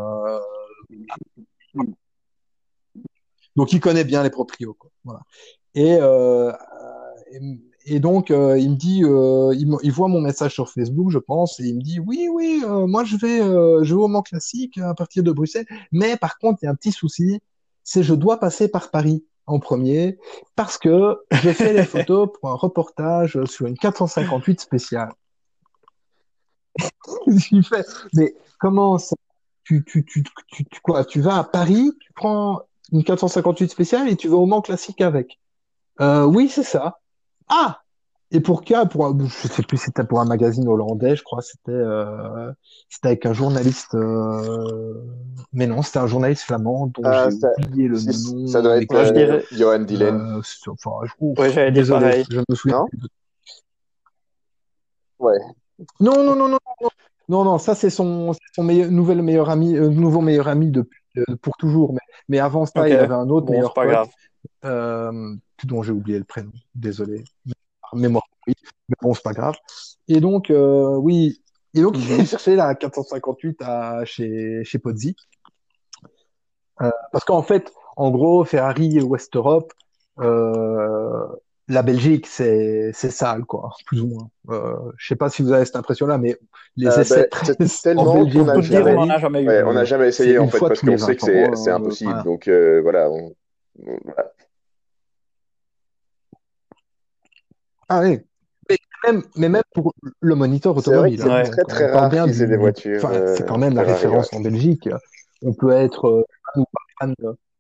Donc il connaît bien les proprios, quoi. Voilà. Et, et donc il me dit, il voit mon message sur Facebook, je pense, et il me dit oui, oui, moi je vais au Mans Classique à partir de Bruxelles, mais par contre il y a un petit souci, c'est je dois passer par Paris en premier parce que je fais les photos pour un reportage sur une 458 spéciale. Il fait, mais comment ça, quoi, tu vas à Paris, tu prends une 458 spéciale et tu vas au Mans Classique avec. Oui, c'est ça. Ah! Et pour quoi? Je sais plus, c'était pour un magazine hollandais, je crois. C'était avec un journaliste. Mais non, c'était un journaliste flamand dont Ah, j'ai oublié le ça nom. doit Mais être Ouais, je dirais. Johan Dylan, enfin, Ouais, j'allais dire désolé, pareil. je me souviens non? plus de. Ouais. Non, non, non, non, non, non. Ça c'est son nouveau meilleur ami depuis pour toujours. Mais avant ça, Ok. il avait un autre Bon, c'est meilleur pas pote grave. dont j'ai oublié le prénom. Désolé. Mémoire, oui. Mais bon, c'est pas grave. Et donc, oui. Et donc, il Mhm. est cherché la 458 chez Pozzi. Parce qu'en fait, en gros, Ferrari West Europe, euh, la Belgique, c'est sale, quoi, plus ou moins. Je sais pas si vous avez cette impression-là, mais les essais presse en Tellement qu'on Belgique n'a Pour de te dire, on n'en Ferrari, a jamais eu. ouais, on n'a jamais c'est essayé en une fait fois parce tous les qu'on sait 20 que ans. c'est impossible. Enfin, Donc voilà. Voilà. ah oui. Mais même pour le moniteur C'est vrai que automobile, hein. c'est Ouais. Donc, très on très parle rare bien qu'ils aient des voitures enfin, c'est quand même la Ferrari. Ouais. référence en Belgique. On peut être fan ou pas fan.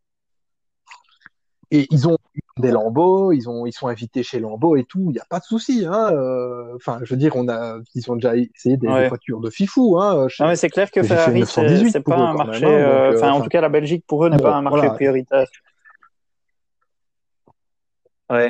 Et ils ont des Lambeaux, ils sont invités chez Lambeau et tout. Il n'y a pas de souci, hein. Enfin, je veux dire, ils ont déjà essayé des Ouais. voitures de fifou, hein. Non, mais c'est clair que J'ai fait une Ferrari, c'est 918 pas pour eux un quand même, marché. hein. Donc, Enfin, en enfin, tout cas, la Belgique pour eux n'est pas bon, un marché voilà. prioritaire. Ouais.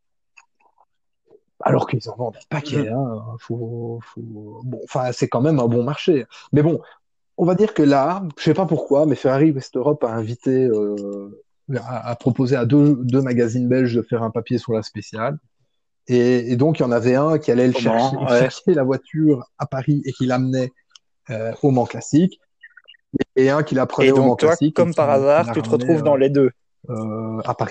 Alors qu'ils en vendent un paquet, Mhm. hein. Bon, enfin, c'est quand même un bon marché. Mais bon, on va dire que là, je sais pas pourquoi, mais Ferrari West Europe a invité, a proposé à deux magazines belges de faire un papier sur la spéciale. Et donc, il y en avait un qui allait Comment? Ouais. chercher la voiture à Paris et qui l'amenait au Mans Classique, et un qui la prenait Et au donc, Mans toi, Classique et comme par qui hasard, la tu te ramenait retrouves dans les deux. à Paris.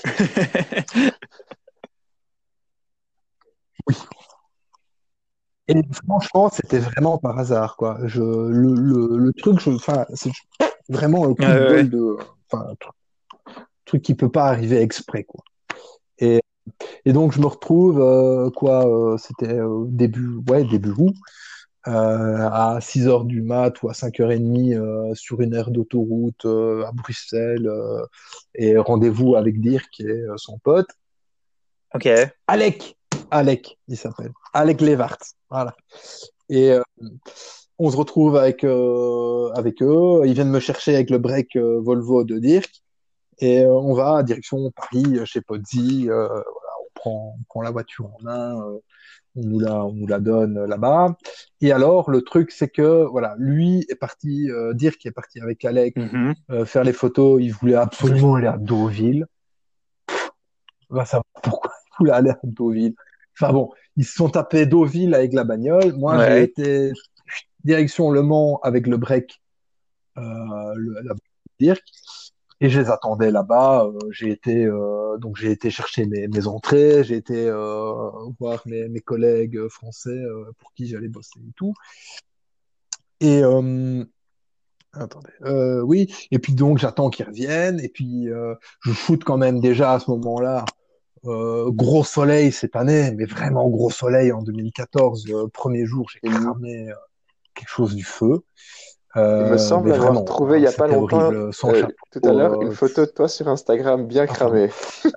Et franchement, c'était vraiment par hasard, quoi. Le truc, enfin, c'est vraiment un coup de Ouais. bol enfin, un truc qui peut pas arriver exprès, quoi. Et, et donc, je me retrouve, c'était début août, à 6 heures du mat ou à 5h30 sur une aire d'autoroute à Bruxelles, et rendez-vous avec Dirk, qui est son pote. Ok. Alec, Alec, il s'appelle. Alec Levart, voilà. Et on se retrouve avec eux. Ils viennent me chercher avec le break Volvo de Dirk. Et on va direction Paris, chez Pozzi. Voilà, on prend la voiture en main. on nous la donne là-bas. Et alors, le truc, c'est que, voilà, lui est parti, Dirk est parti avec Alec faire les photos. Il voulait absolument aller à Deauville. Va savoir pourquoi il voulait aller à Deauville. Enfin bon, ils se sont tapés Deauville avec la bagnole. Moi, j'ai été direction Le Mans avec le break, la Dirk. Et je les attendais là-bas. Donc j'ai été chercher mes entrées, j'ai été voir mes collègues français pour qui j'allais bosser et tout. Et attendez, oui. Et puis donc j'attends qu'ils reviennent. Et puis je shoot quand même déjà à ce moment-là. Gros soleil cette année, mais vraiment gros soleil en 2014. Premier jour, j'ai cramé quelque chose du feu. Il me semble Mais avoir vraiment, trouvé il n'y a pas c'était longtemps, horrible, sans chapeau. tout à l'heure, une photo de toi sur Instagram bien cramée.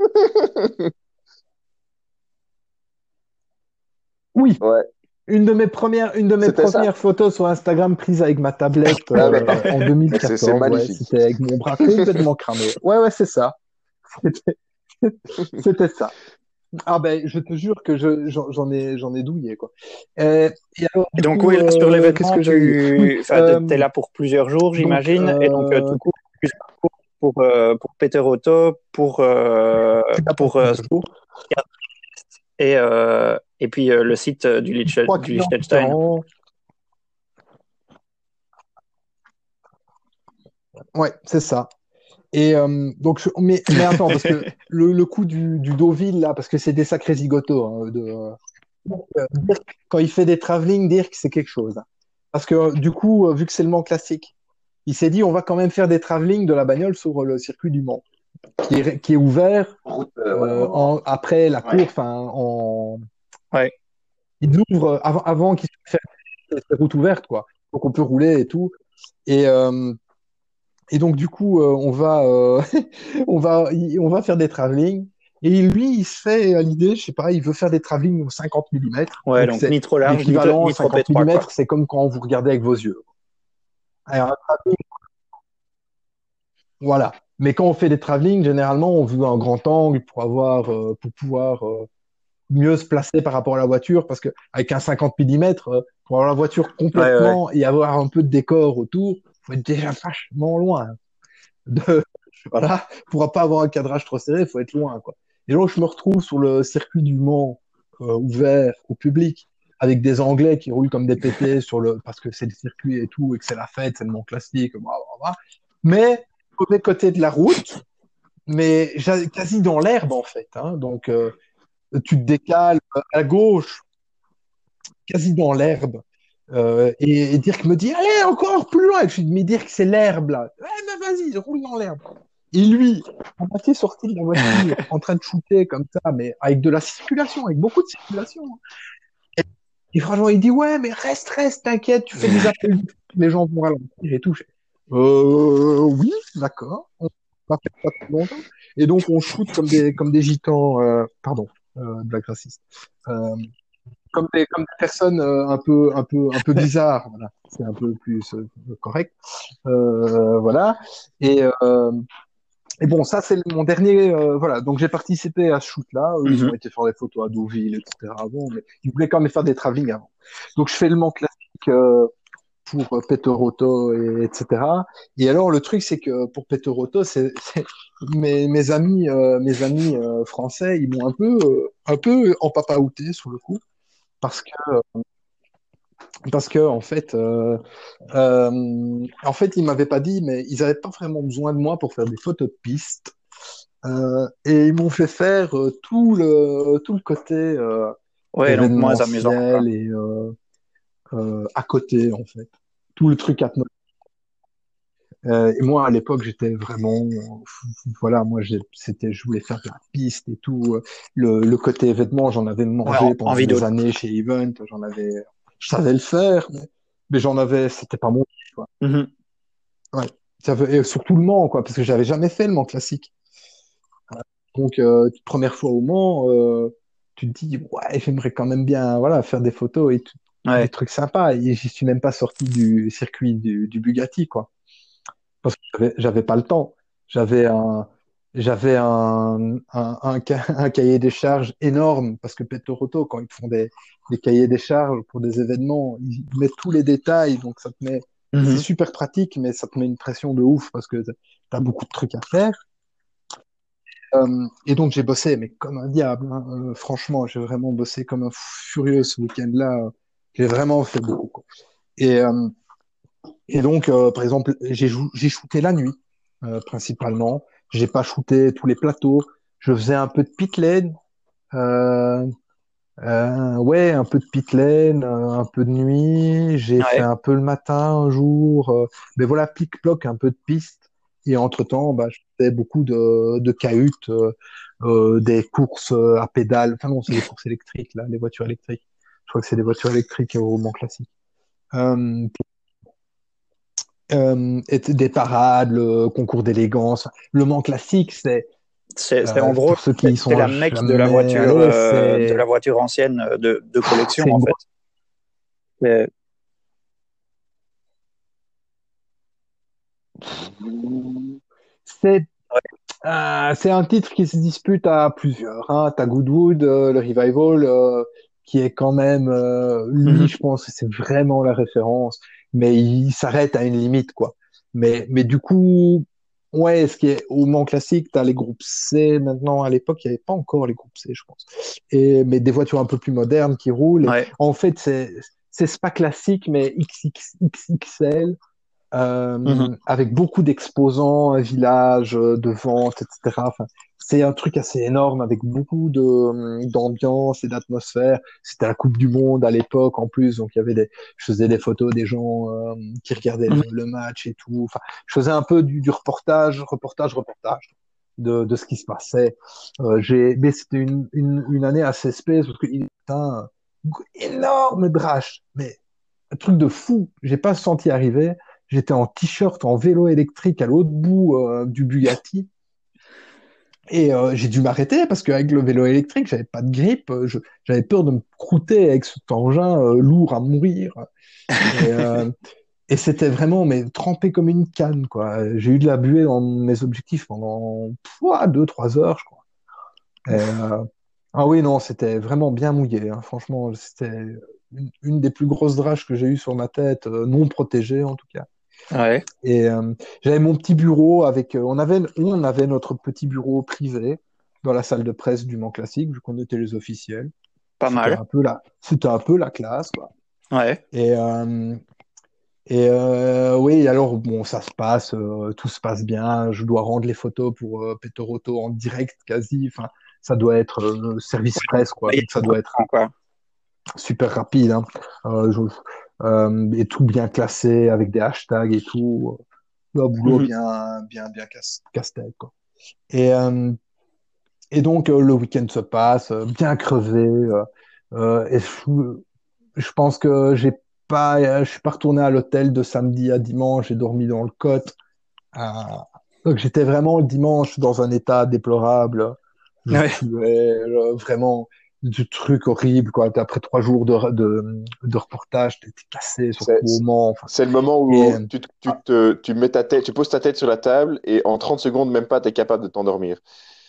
Oui, Ouais. une de mes C'était ça. premières photos sur Instagram prise avec ma tablette en 2014. C'est Ouais, magnifique. c'était avec mon bras complètement cramé. Ouais, c'est ça. C'était ça. Ah ben, je te jure que j'en ai douillé quoi. Et alors, Et donc, coup, oui, là, sur qu'est-ce l'événement, que j'allais dire Oui, t'es là pour plusieurs jours, j'imagine. Et donc, du coup, plus pour Peter Otto, pour et puis le site du Liechtenstein. Ouais, c'est ça. Et donc, mais attends, parce que le coup du Deauville là, parce que c'est des sacrés zigotos. Dirk, quand il fait des travelling, Dirk, c'est quelque chose. Parce que du coup, vu que c'est le Mans classique, il s'est dit on va quand même faire des travelling de la bagnole sur le circuit du Mans, qui est ouvert après la course, enfin Ouais. ils ouvrent avant qu'ils fassent les routes ouvertes, quoi. Donc on peut rouler et tout. Et donc du coup, on va faire des travelling. Et lui, il se fait à l'idée, je sais pas, il veut faire des travelling au 50 mm. Ouais, donc ni trop large, l'équivalent ni trop 50 étroit, mm, quoi. c'est comme quand vous regardez avec vos yeux. Alors, voilà. Mais quand on fait des travelling, généralement, on veut un grand angle pour pouvoir mieux se placer par rapport à la voiture, parce que avec un 50 mm, pour avoir la voiture complètement et avoir un peu de décor autour, faut être déjà vachement loin. Voilà, pour pas avoir un cadrage trop serré, il faut être loin, quoi. Et donc, je me retrouve sur le circuit du Mans ouvert au public, avec des Anglais qui roulent comme des pétés parce que c'est le circuit et tout, et que c'est la fête, c'est le Mans classique, blah, blah, blah. Mais au côté de la route, mais quasi dans l'herbe en fait. Hein. Donc, tu te décales à gauche, quasi dans l'herbe. Et Dirk me dit, allez, encore plus loin. Je lui dis, mais Dirk, c'est l'herbe là. Ouais, mais vas-y, roule dans l'herbe. Et lui, à moitié sorti de la voiture, en train de shooter comme ça, mais avec de la circulation, avec beaucoup de circulation. Et franchement, il dit, ouais, mais reste, t'inquiète, tu fais des appels, les gens vont ralentir et tout. Oui, d'accord. On va faire ça plus longtemps. Et donc, on shoot comme des gitans, pardon, blague raciste. Comme des personnes un peu bizarres, voilà. C'est un peu plus correct. Voilà. Et bon, ça, c'est mon dernier. Voilà, donc j'ai participé à ce shoot-là. Eux, ils ont été faire des photos à Deauville, etc. avant, mais ils voulaient quand même faire des travelling avant. Donc je fais le Mans classique pour Peter Otto, etc. Et alors, le truc, c'est que pour Peter Otto, mes amis français, ils m'ont un peu empapaouté sur le coup, parce que en fait, ils m'avaient pas dit, mais ils avaient pas vraiment besoin de moi pour faire des photos de piste. Et ils m'ont fait faire tout le côté donc moins amusant, quoi. événementiel et à côté, en fait. Tout le truc atmosphérique. Et moi, à l'époque, j'étais vraiment, voilà, je voulais faire de la piste et tout. Le côté événement, j'en avais mangé pendant des années chez Event. Je savais le faire, mais c'était pas mon truc, quoi. Ouais. Et surtout le Mans, quoi, parce que j'avais jamais fait le Mans classique. Donc, première fois au Mans, tu te dis, ouais, j'aimerais quand même bien, voilà, faire des photos et des trucs sympas. Et j'y suis même pas sorti du circuit du Bugatti, quoi. Parce que j'avais pas le temps. J'avais j'avais un cahier des charges énorme parce que Petoroto, quand ils font des cahiers des charges pour des événements, ils mettent tous les détails, donc ça te met, et c'est Mhm. super pratique, mais ça te met une pression de ouf parce que t'as beaucoup de trucs à faire. Et donc j'ai bossé, mais comme un diable, hein. Franchement, j'ai vraiment bossé comme un furieux ce week-end-là. J'ai vraiment fait beaucoup, quoi. Et, euh, et donc, par exemple, j'ai shooté la nuit, principalement. J'ai pas shooté tous les plateaux. Je faisais un peu de pit lane, euh, ouais, un peu de pit lane, un peu de nuit. J'ai fait Ouais. un peu le matin un jour. Mais voilà, pic-ploc, un peu de piste. Et entre-temps, bah, je faisais beaucoup de cahutes, des courses à pédales. Enfin non, c'est des courses électriques, là, les voitures électriques. Je crois que c'est des voitures électriques au Mans Classique. Euh, et des parades, le concours d'élégance. Le Mans Classique, C'est en gros, pour ceux qui y c'est sont la Mecque jamais allés, de la voiture ancienne de c'est collection, en une fait. Euh, C'est ouais. c'est un titre qui se dispute à plusieurs, hein. T'as Goodwood, le Revival, qui est quand même, lui, Mhm. je pense que c'est vraiment la référence, mais il s'arrête à une limite, quoi. Mais du coup, ouais, ce qui est au Mans Classique, t'as les groupes C maintenant. À l'époque, il n'y avait pas encore les groupes C, je pense. Mais des voitures un peu plus modernes qui roulent. Et Ouais. en fait, c'est Spa classique, mais XXL, Mhm. avec beaucoup d'exposants, un village de vente, etc. Enfin, c'est un truc assez énorme avec beaucoup d'ambiance et d'atmosphère. C'était la Coupe du Monde à l'époque en plus, donc il y avait je faisais des photos des gens qui regardaient Mhm. le match et tout. Enfin, je faisais un peu du reportage de ce qui se passait. Mais c'était une année assez space parce qu'il était un énorme drache, mais un truc de fou. J'ai pas senti arriver. J'étais en t-shirt, en vélo électrique à l'autre bout du Bugatti. Et j'ai dû m'arrêter parce qu'avec le vélo électrique, j'avais pas de grippe. J'avais peur de me croûter avec cet engin lourd à mourir. Et, euh, et c'était vraiment mais trempé comme une canne, quoi. J'ai eu de la buée dans mes objectifs pendant 2, 3 heures, je crois. Et, ah oui, non, c'était vraiment bien mouillé, hein. Franchement, c'était une des plus grosses draches que j'ai eues sur ma tête, non protégée en tout cas. Ouais. Et j'avais mon petit bureau avec. On avait notre petit bureau privé dans la salle de presse du Mans Classique, vu qu'on était les officiels. Pas mal. C'était un peu la classe, quoi. Ouais. Et, oui, alors bon, ça se passe, tout se passe bien. Je dois rendre les photos pour Petoroto en direct quasi. Enfin, ça doit être service presse, quoi. Il y a Donc ça beaucoup doit de être temps, quoi. super rapide, hein. Et tout bien classé avec des hashtags et tout. Un boulot Mhm. bien casse-tête, quoi. Et, euh, et donc, le week-end se passe, bien crevé. Et je pense que je suis pas retourné à l'hôtel de samedi à dimanche. J'ai dormi dans le cote. Euh, donc, j'étais vraiment le dimanche dans un état déplorable. Je Ouais. puais, vraiment du truc horrible, quoi. Après 3 jours de reportage, t'étais cassé, C'est surtout au Mans. Enfin, c'est le moment et, où tu mets ta tête, tu poses ta tête sur la table et en 30 secondes, même pas, tu es capable de t'endormir.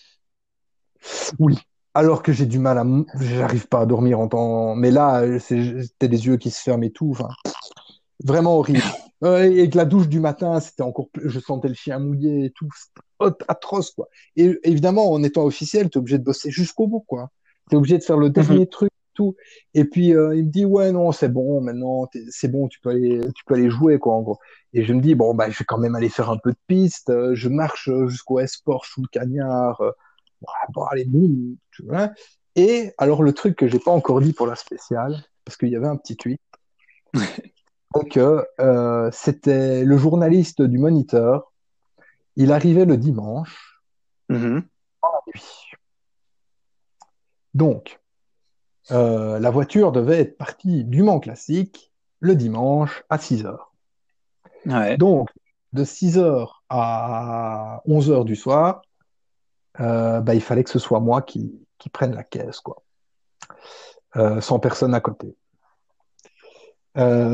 oui, alors que j'ai du mal j'arrive pas à dormir en temps. Mais là, c'était les yeux qui se ferment et tout. Enfin, vraiment horrible. Et que la douche du matin, c'était encore plus. Je sentais le chien mouillé et tout. C'était atroce, quoi. Et évidemment, en étant officiel, t'es obligé de bosser jusqu'au bout, quoi. T'es obligé de faire le Mhm. dernier truc, tout. Et puis, il me dit, ouais, non, c'est bon, maintenant, c'est bon, tu peux aller jouer, quoi, en gros. Et je me dis, bon, bah, je vais quand même aller faire un peu de piste. Je marche jusqu'au S-Sport sous le cagnard. Bon, allez, boum, tu vois. Et alors, le truc que j'ai pas encore dit pour la spéciale, parce qu'il y avait un petit tweet, c'est que c'était le journaliste du Moniteur. Il arrivait le dimanche Mhm. nuit. Donc, la voiture devait être partie du Mans Classique le dimanche à 6 heures. Ouais. Donc, de 6 heures à 11 heures du soir, bah, il fallait que ce soit moi qui prenne la caisse, quoi. Sans personne à côté.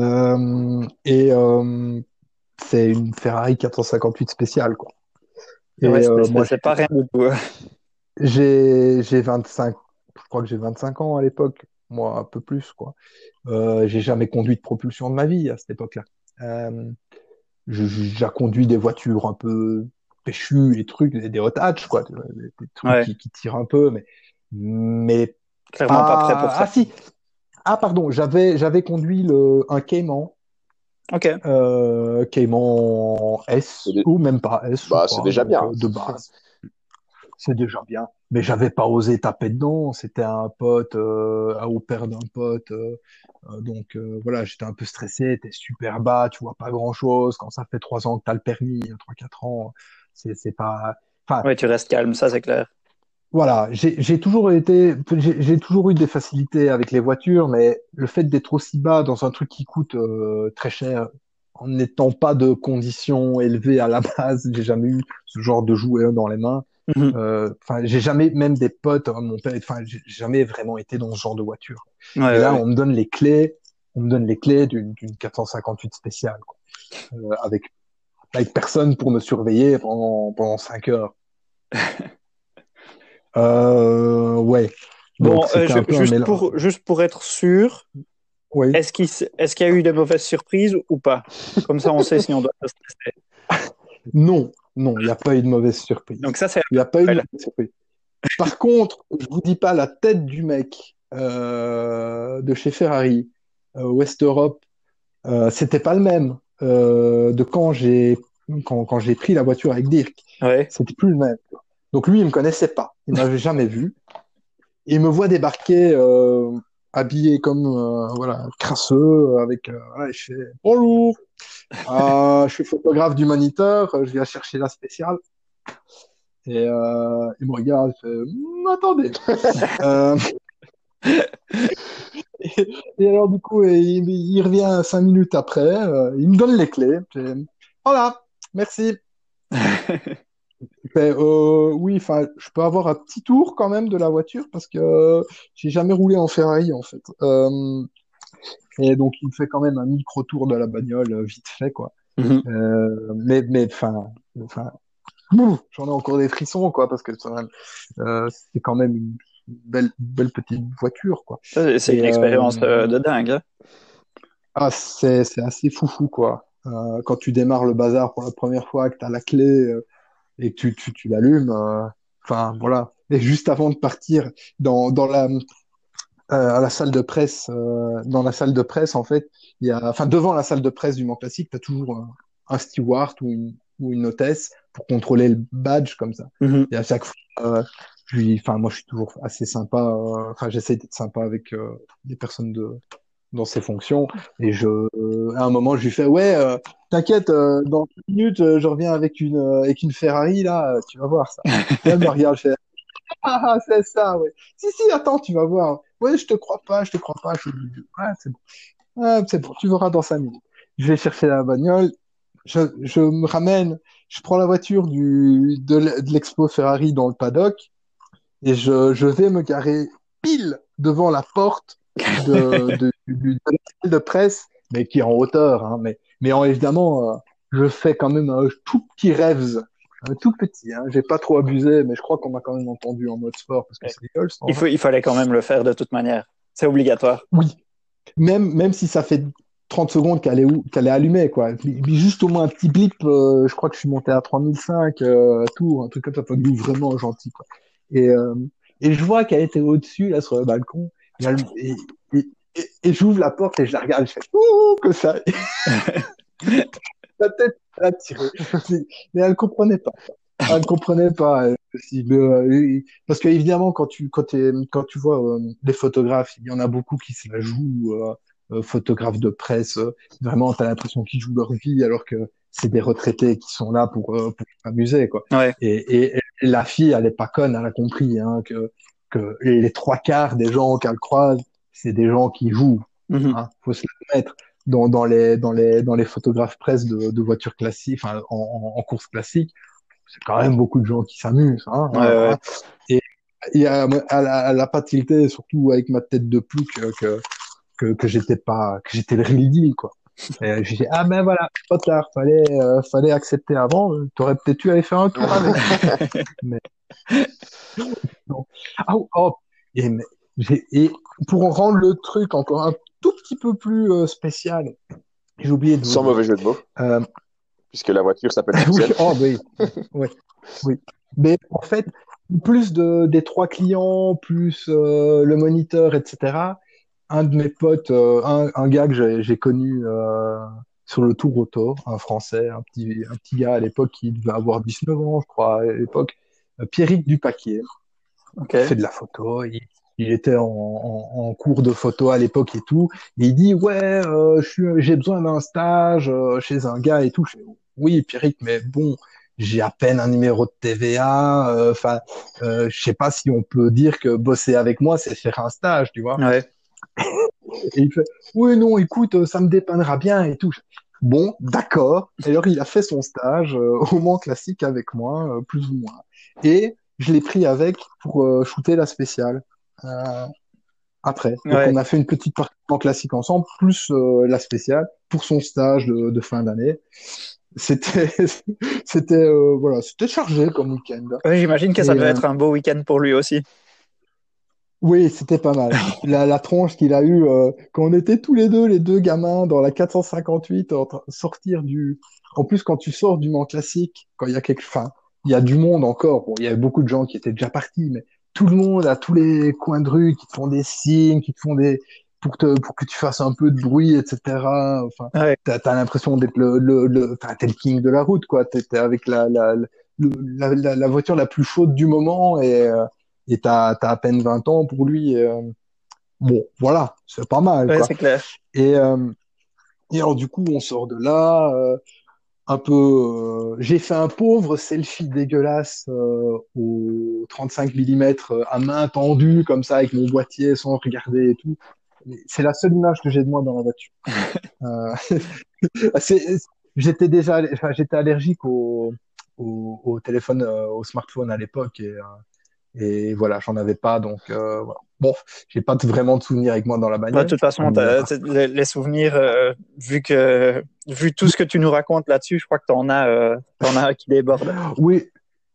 Et c'est une Ferrari 458 spéciale, quoi. Et Ouais, moi, c'est pas rien du tout. j'ai 25, je crois que j'ai 25 ans à l'époque, moi un peu plus, quoi. J'ai jamais conduit de propulsion de ma vie à cette époque-là. Euh, j'ai déjà conduit des voitures un peu péchues et trucs, des hot hatch, quoi, des trucs Ouais, qui tirent un peu, mais clairement pas prêt pour pas. ça. Ah si, ah pardon, j'avais conduit un Cayman, Ok. Cayman S C'est dé- ou même pas S, je Bah, c'est crois, déjà donc bien. de base. C'est déjà bien. Mais j'avais pas osé taper dedans. C'était un pote, un au-père d'un pote. Donc voilà, j'étais un peu stressé. T'es super bas, tu vois pas grand-chose. Quand ça fait 3 ans que t'as le permis, 3, 4 ans, c'est pas. Enfin, Ouais, tu restes calme, ça c'est clair. voilà, j'ai toujours eu des facilités avec les voitures, mais le fait d'être aussi bas dans un truc qui coûte très cher, en n'étant pas de conditions élevées à la base, j'ai jamais eu ce genre de jouet dans les mains. Mhm. Enfin, j'ai jamais, même des potes, mon père, enfin, j'ai jamais vraiment été dans ce genre de voiture. Ouais, Et ouais, là, ouais. on me donne les clés d'une 458 spéciale, quoi, avec personne pour me surveiller pendant 5 heures. Ouais. Donc, Bon, c'était un peu un mélange. juste pour être sûr, Oui. est-ce qu'il y a eu des mauvaises surprises ou pas? Comme ça, on sait si on doit se stresser. Non, non, il n'y a pas eu de mauvaise surprise. Donc ça, c'est Il n'y a pas eu de la mauvaise surprise. Par contre, je vous dis pas la tête du mec de chez Ferrari, West Europe, c'était pas le même de quand j'ai pris la voiture avec Dirk. ouais. C'était plus le même. Donc lui, il me connaissait pas, il m'avait jamais vu. Il me voit débarquer habillé comme voilà crasseux avec voilà, je fais bonjour. Je suis photographe du Moniteur, je viens chercher la spéciale. Et il me regarde, il fait attendez. Euh, et alors, du coup, il revient 5 minutes après, il me donne les clés. Voilà, merci. Il fait, oui, enfin, je peux avoir un petit tour quand même de la voiture parce que j'ai jamais roulé en Ferrari en fait. Et donc, il me fait quand même un micro tour de la bagnole vite fait quoi. Mhm. Mais enfin, ouh, j'en ai encore des frissons quoi parce que c'est quand même une belle petite voiture quoi. Ça, c'est une Et expérience de dingue, hein. c'est assez foufou quoi. Quand tu démarres le bazar pour la première fois, que tu as la clé et que tu l'allumes, enfin voilà. Et juste avant de partir à la salle de presse, dans la salle de presse en fait, enfin devant la salle de presse du Mans Classique, tu as toujours un steward ou une hôtesse pour contrôler le badge comme ça. Mhm. Et à chaque fois, enfin moi je suis toujours assez sympa. Enfin j'essaie d'être sympa avec les personnes dans ses fonctions. Et à un moment, je lui fais, ouais, t'inquiète, dans 10 minutes, je reviens avec une Ferrari, là, tu vas voir ça. Et elle me regarde, je fais, c'est ça, ouais. Si, attends, tu vas voir. Ouais, je te crois pas. Je dis, ouais, c'est bon. Ouais, c'est bon, tu verras dans 5 minutes. Je vais chercher la bagnole, je me ramène, je prends la voiture de l'expo Ferrari dans le paddock et je vais me garer pile devant la porte de la salle de presse, mais qui est en hauteur. Hein, évidemment, je fais quand même un tout petit rêve, un tout petit. Hein, j'ai pas trop abusé, mais je crois qu'on m'a quand même entendu en mode sport parce que c'est rigolo, ce temps-là. Il fallait quand même le faire de toute manière. C'est obligatoire. Oui, même si ça fait 30 secondes qu'elle est allumée, quoi. Mais juste au moins un petit blip, je crois que je suis monté à 3005, tout, un truc comme ça, enfin, d'où vraiment gentil, quoi. Et, euh, et je vois qu'elle était au-dessus, là, sur le balcon, et j'ouvre la porte et je la regarde, je fais ouh, que ça. La tête, elle a tiré. Mais elle comprenait pas. Elle ne comprenait pas. Parce que évidemment, quand tu vois les photographes, il y en a beaucoup qui se la jouent, photographes de presse. Vraiment, tu as l'impression qu'ils jouent leur vie alors que c'est des retraités qui sont là pour s'amuser, quoi. Ouais. Et la fille, elle est pas conne, elle a compris hein, que les 3 quarts des gens qu'elle croise, c'est des gens qui jouent. Mhm. Hein, faut se le mettre dans les photographes presse de voitures classiques, enfin, en course classique, c'est quand même beaucoup de gens qui s'amusent. Hein, Ouais, ouais. hein. Et, elle a pas tilté, surtout avec ma tête de plouc, que j'étais le ridicule, quoi. Et j'ai dit, ah ben voilà, trop tard, fallait accepter avant, t'aurais peut-être dû aller faire un tour avec. Mais non. Ah, oh, et, mais, et pour rendre le truc encore un tout petit peu plus spécial, j'ai oublié de vous Sans dire. mauvais jeu de mots, puisque la voiture s'appelle Oui, Pixel. oh, oui, oui, oui. Mais en fait, plus des trois clients, plus le moniteur, etc. Un de mes potes, un gars que j'ai connu sur le Tour Auto, un Français, un petit gars à l'époque qui devait avoir 19 ans, je crois, à l'époque, Pierrick Dupaquier, qui fait de la photo. Il était en cours de photo à l'époque et tout. Et il dit, ouais, j'ai besoin d'un stage chez un gars et tout. Je fais, oui, Pierrick, mais bon, j'ai à peine un numéro de TVA. Enfin, je sais pas si on peut dire que bosser avec moi, c'est faire un stage, tu vois. Ouais. Et il fait, oui, non, écoute, ça me dépanera bien et tout. Bon, d'accord. Et alors, il a fait son stage au Mans Classique avec moi, plus ou moins. Et je l'ai pris avec pour shooter la spéciale après. Donc, Ouais. on a fait une petite partie en classique ensemble, plus la spéciale pour son stage de fin d'année. C'était, voilà, c'était chargé comme week-end. Ouais, j'imagine que ça Et devait être un beau week-end pour lui aussi. oui, c'était pas mal. La tronche qu'il a eue quand on était tous les deux gamins dans la 458, sortir du. En plus, quand tu sors du Mans Classique, quand il y a enfin, il y a du monde encore. Bon, il y avait beaucoup de gens qui étaient déjà partis, mais tout le monde à tous les coins de rue qui te font des signes, qui te font des pour que tu fasses un peu de bruit, etc. Enfin, Ouais. t'as l'impression d'être enfin, t'es le king de la route, quoi. T'es avec la voiture la plus chaude du moment et t'as à peine 20 ans pour lui. Bon, voilà, c'est pas mal, Ouais, quoi. c'est clair. Et, euh, et alors, du coup, on sort de là, un peu. J'ai fait un pauvre selfie dégueulasse au 35 mm à main tendue, comme ça, avec mon boîtier sans regarder et tout. C'est la seule image que j'ai de moi dans la voiture. Euh, j'étais déjà, enfin, j'étais allergique au téléphone, au smartphone à l'époque et voilà, j'en avais pas, donc voilà. Bon, j'ai pas vraiment de souvenirs avec moi dans la Ouais, de bagnole. toute façon, Mais, les souvenirs, vu tout ce que tu nous racontes là-dessus, je crois que t'en as qui débordent. oui,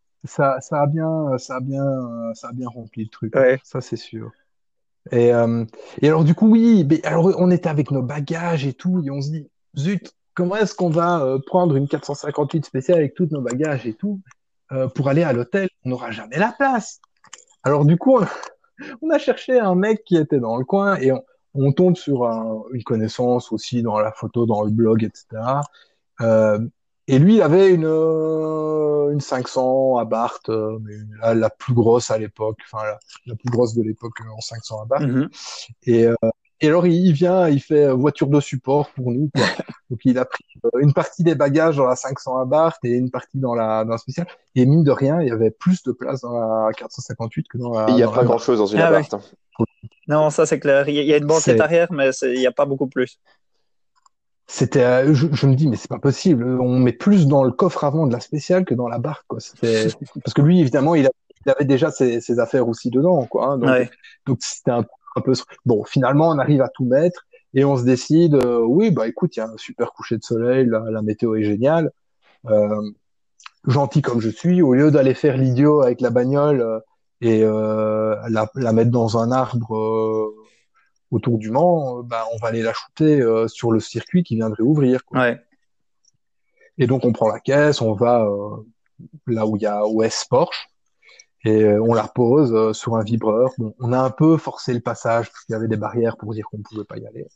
ça a bien rempli le truc, hein. Ouais. Ça c'est sûr. Et, euh, et alors du coup, oui, mais alors on était avec nos bagages et tout, et on se dit, zut, comment est-ce qu'on va prendre une 458 spéciale avec tous nos bagages et tout pour aller à l'hôtel? On n'aura jamais la place. Alors du coup, on a cherché un mec qui était dans le coin et on tombe sur une connaissance aussi dans la photo, dans le blog, etc. Euh, et lui, il avait une 500 Abarth, mais la plus grosse à l'époque, enfin la plus grosse de l'époque en 500 Abarth. Mhm. Et, euh, et alors, il vient, il fait voiture de support pour nous, quoi. Donc, il a pris une partie des bagages dans la 500 Abarth et une partie dans la spéciale. Et mine de rien, il y avait plus de place dans la 458 que Et il n'y a dans pas la grand-chose dans une Ah ouais. Abarth, hein. Non, ça c'est clair. Il y a une banquette arrière, mais il n'y a pas beaucoup plus. C'était, je me dis, mais c'est pas possible. On met plus dans le coffre avant de la spéciale que dans la barque, quoi. C'était, parce que lui, évidemment, il avait déjà ses affaires aussi dedans, quoi, hein. Ouais. Donc c'était un peu, bon, finalement, on arrive à tout mettre et on se décide, oui, bah, écoute, il y a un super coucher de soleil, la météo est géniale. Euh, Gentil comme je suis, au lieu d'aller faire l'idiot avec la bagnole, et, la mettre dans un arbre, autour du Mans, bah, on va aller la shooter sur le circuit qui viendrait ouvrir, quoi. Ouais. Et donc on prend la caisse, on va là où il y a OS Porsche et on la pose sur un vibreur. Bon, on a un peu forcé le passage parce qu'il y avait des barrières pour dire qu'on ne pouvait pas y aller.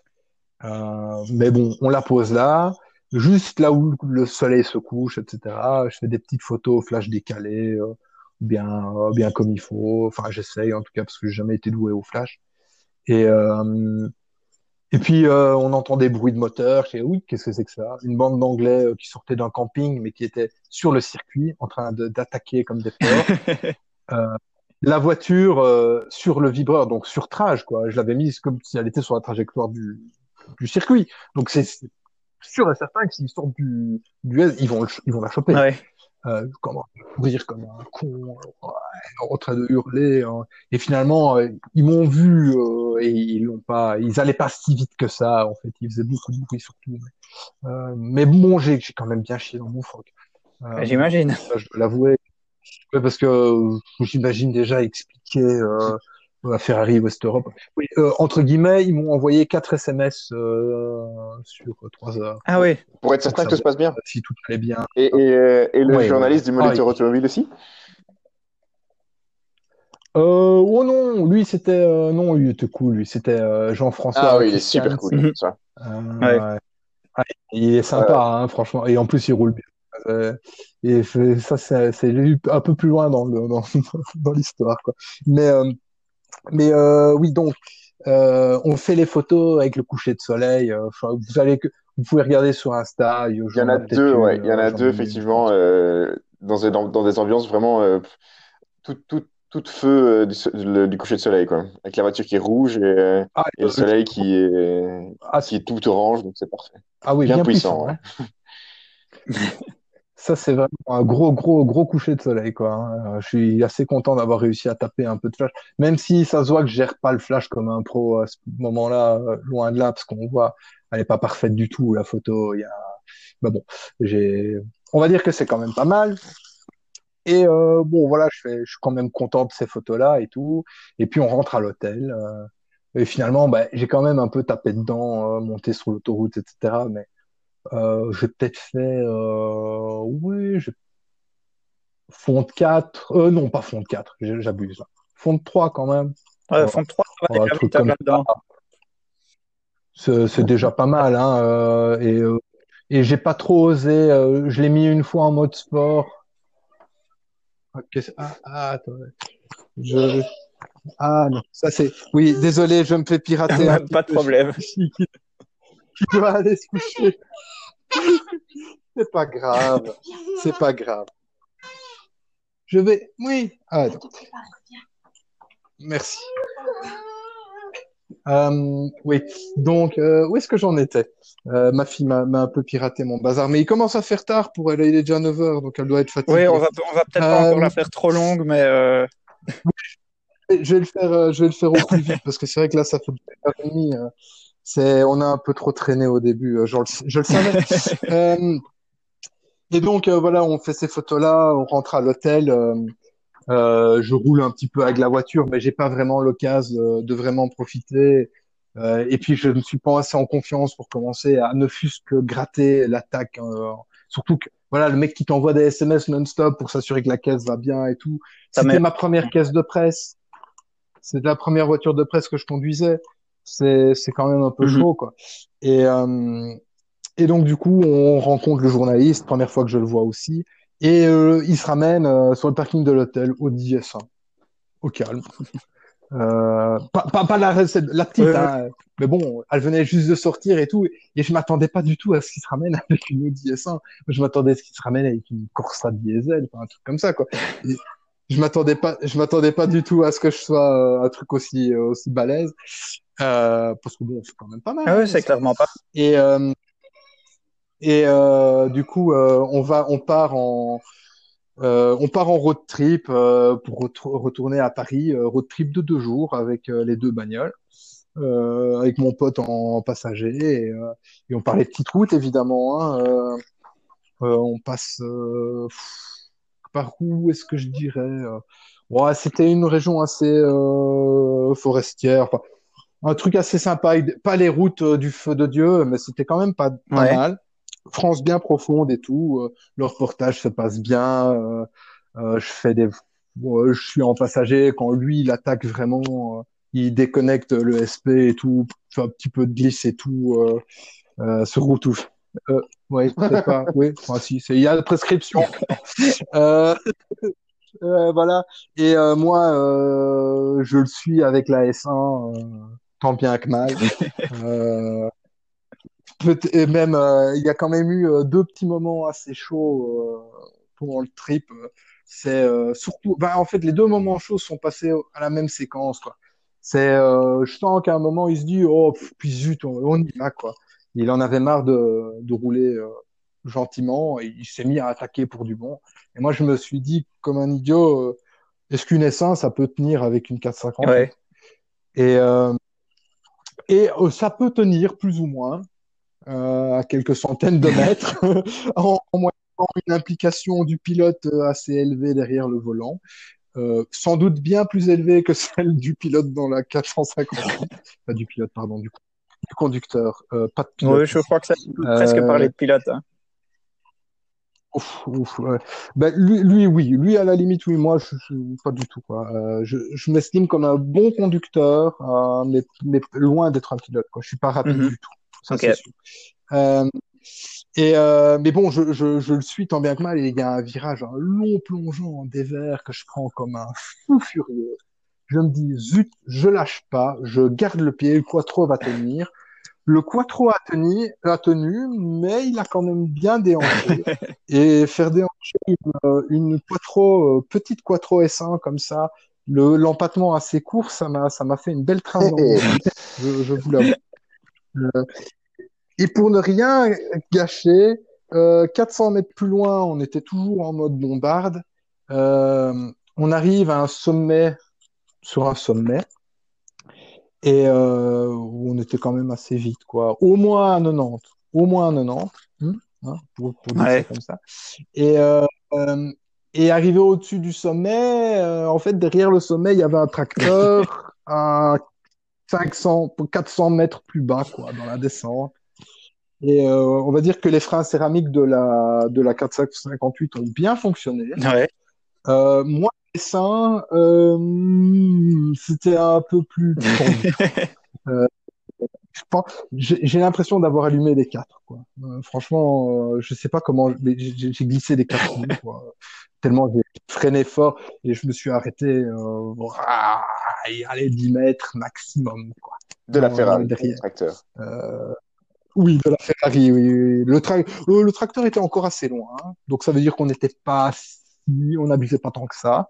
Mais bon, on la pose là, juste là où le soleil se couche, etc. Je fais des petites photos au flash décalé, bien comme il faut. Enfin, j'essaye en tout cas parce que j'ai jamais été doué au flash. Et, euh, Et puis, on entend des bruits de moteur. Je dis, oui, qu'est-ce que c'est que ça? Une bande d'Anglais qui sortait d'un camping, mais qui était sur le circuit, en train d'attaquer comme des porcs. Euh, la voiture sur le vibreur, donc sur trage, quoi. Je l'avais mise comme si elle était sur la trajectoire du circuit. Donc, c'est sûr et certain que s'ils sortent du S, ils vont la choper. Ouais. comment courir comme un con, en train de hurler. Hein. Et finalement, ils m'ont vu et ils allaient pas si vite que ça. En fait, ils faisaient beaucoup de bruit surtout. Mais bon, j'ai quand même bien chié dans mon froc. J'imagine. Ça, je dois l'avouer. Ouais, parce que j'imagine déjà expliquer à Ferrari West Europe. Oui, entre guillemets, ils m'ont envoyé 4 SMS sur 3 heures Ah oui. Pour être certain que tout se passe bien. si tout allait bien. Et le Ouais, journaliste du Moniteur automobile aussi? Oh non, lui c'était non, lui était cool, lui c'était Jean-François Ah oui, il est Christian. super cool, ça. Ouais. Il est sympa, hein, franchement, et en plus il roule bien. Et ça, c'est un peu plus loin dans l'histoire, quoi. Mais, oui, donc, on fait les photos avec le coucher de soleil. Vous pouvez regarder sur Insta. Il y en a deux, ouais. Il y en a deux, effectivement, dans des ambiances vraiment tout feu du coucher de soleil, quoi. Avec la voiture qui est rouge et le soleil qui est tout orange, donc c'est parfait. Ah oui, bien puissant. Ouais. Ça, c'est vraiment un gros coucher de soleil, quoi. Hein. Je suis assez content d'avoir réussi à taper un peu de flash, même si ça se voit que je gère pas le flash comme un pro à ce moment-là, loin de là, parce qu'on voit, elle est pas parfaite du tout, la photo. Bah bon, on va dire que c'est quand même pas mal. Et bon, voilà, je suis quand même content de ces photos-là et tout. Et puis on rentre à l'hôtel. Et finalement, bah, j'ai quand même un peu tapé dedans, monté sur l'autoroute, etc. Mais j'ai peut-être fait, oui, fond de 4, non, pas fond de 4, j'abuse. Fond de 3 quand même. Ouais, fond de 3, ça va Un déjà truc vite comme là-dedans. c'est déjà pas mal, hein. Et j'ai pas trop osé. Je l'ai mis une fois en mode sport. Attends. Je... Ah non, ça c'est. Oui, désolé, je me fais pirater un petit Pas de peu. problème. Qui doit aller se coucher. C'est pas grave. C'est pas grave. Je vais. Oui. Ah, merci. Oui, donc où est-ce que j'en étais? Ma fille m'a un peu piraté mon bazar, mais il commence à faire tard pour elle, il est déjà 9 heures, donc elle doit être fatiguée. Oui, on va peut-être pas encore la faire trop longue, mais je vais le faire au plus vite, parce que c'est vrai que là, ça fait 2 heures et demie. On a un peu trop traîné au début, je le savais. Et donc, voilà, on fait ces photos-là, on rentre à l'hôtel. Je roule un petit peu avec la voiture, mais j'ai pas vraiment l'occasion de vraiment profiter. Et puis je ne suis pas assez en confiance pour commencer à ne fût-ce que gratter l'attaque. Surtout que voilà, le mec qui t'envoie des SMS non-stop pour s'assurer que la caisse va bien et tout. C'était ma première caisse de presse. C'est la première voiture de presse que je conduisais. C'est quand même un peu chaud, quoi. Et donc du coup, on rencontre le journaliste, première fois que je le vois aussi. Et il se ramène sur le parking de l'hôtel, Audi S1, au calme. Pas la petite, hein. Mais bon, elle venait juste de sortir et tout. Et je m'attendais pas du tout à ce qu'il se ramène avec une Audi S1. Je m'attendais à ce qu'il se ramène avec une Corsa diesel, enfin, un truc comme ça, quoi. Et je m'attendais pas du tout à ce que je sois un truc aussi balèze. Parce que bon, c'est quand même pas mal. Ah oui, c'est clairement pas. Et du coup, on part en road trip pour retourner à Paris. Road trip de 2 jours avec les deux bagnoles, avec mon pote en passager. Et on part les petites routes, évidemment. Hein, on passe par où est-ce que je dirais ouais, c'était une région assez forestière. Enfin, un truc assez sympa. Pas les routes du feu de Dieu, mais c'était quand même pas mal. France bien profonde et tout. Le reportage se passe bien. Je suis en passager quand lui il attaque vraiment. Il déconnecte le SP et tout, fait un petit peu de glisse et tout sur route. Ouais, peut-être pas. Oui, enfin, si, il y a la prescription. Voilà. Et moi, je le suis avec la S1, tant bien que mal. Et même, il y a quand même eu 2 petits moments assez chauds pendant le trip. C'est surtout, ben, en fait, les 2 moments chauds sont passés à la même séquence, quoi. Je sens qu'à un moment, il se dit, oh, puis zut, on y va, quoi. Il en avait marre de rouler gentiment, et il s'est mis à attaquer pour du bon. Et moi, je me suis dit, comme un idiot, est-ce qu'une S1, ça peut tenir avec une 450? Ouais. Et, ça peut tenir plus ou moins à quelques centaines de mètres en moyennant une implication du pilote assez élevée derrière le volant. Sans doute bien plus élevée que celle du pilote dans la 458. Pas du pilote, pardon, du conducteur. Pas de pilote. Oui, je crois que ça peut presque parler de pilote. Hein. Ouais. Ben, lui, oui. Lui, à la limite, oui. Moi, pas du tout, quoi. Je m'estime comme un bon conducteur, mais loin d'être un pilote, quoi. Je suis pas rapide du tout. Ça, Okay. c'est sûr. Mais bon, je le suis tant bien que mal. Et il y a un virage, un long plongeon en dévers que je prends comme un fou furieux. Je me dis, zut, je lâche pas, je garde le pied, le quattro va tenir. Le quattro a tenu, mais il a quand même bien déhanché. Et faire déhancher une quattro, petite quattro S1 comme ça, l'empattement assez court, ça m'a fait une belle trace dans le je vous l'avoue. Et pour ne rien gâcher, 400 mètres plus loin, on était toujours en mode bombarde. On arrive à un sommet, sur un sommet, et où on était quand même assez vite, quoi. Au moins à 90, pour dire ça comme ça. Et arrivé au-dessus du sommet, en fait, derrière le sommet, il y avait un tracteur à 400 mètres plus bas, quoi, dans la descente. Et on va dire que les freins céramiques de la 458 ont bien fonctionné. Ouais. Moi, les seins, c'était un peu plus tendu. J'ai l'impression d'avoir allumé des 4, quoi. Franchement, je sais pas comment, mais j'ai glissé des 4 roues, quoi. Tellement j'ai freiné fort et je me suis arrêté, allez, 10 mètres maximum, quoi. De la Ferrari, le tracteur. Oui, de la Ferrari, oui. Le tracteur était encore assez loin, hein. Donc ça veut dire qu'on n'était pas on n'abusait pas tant que ça.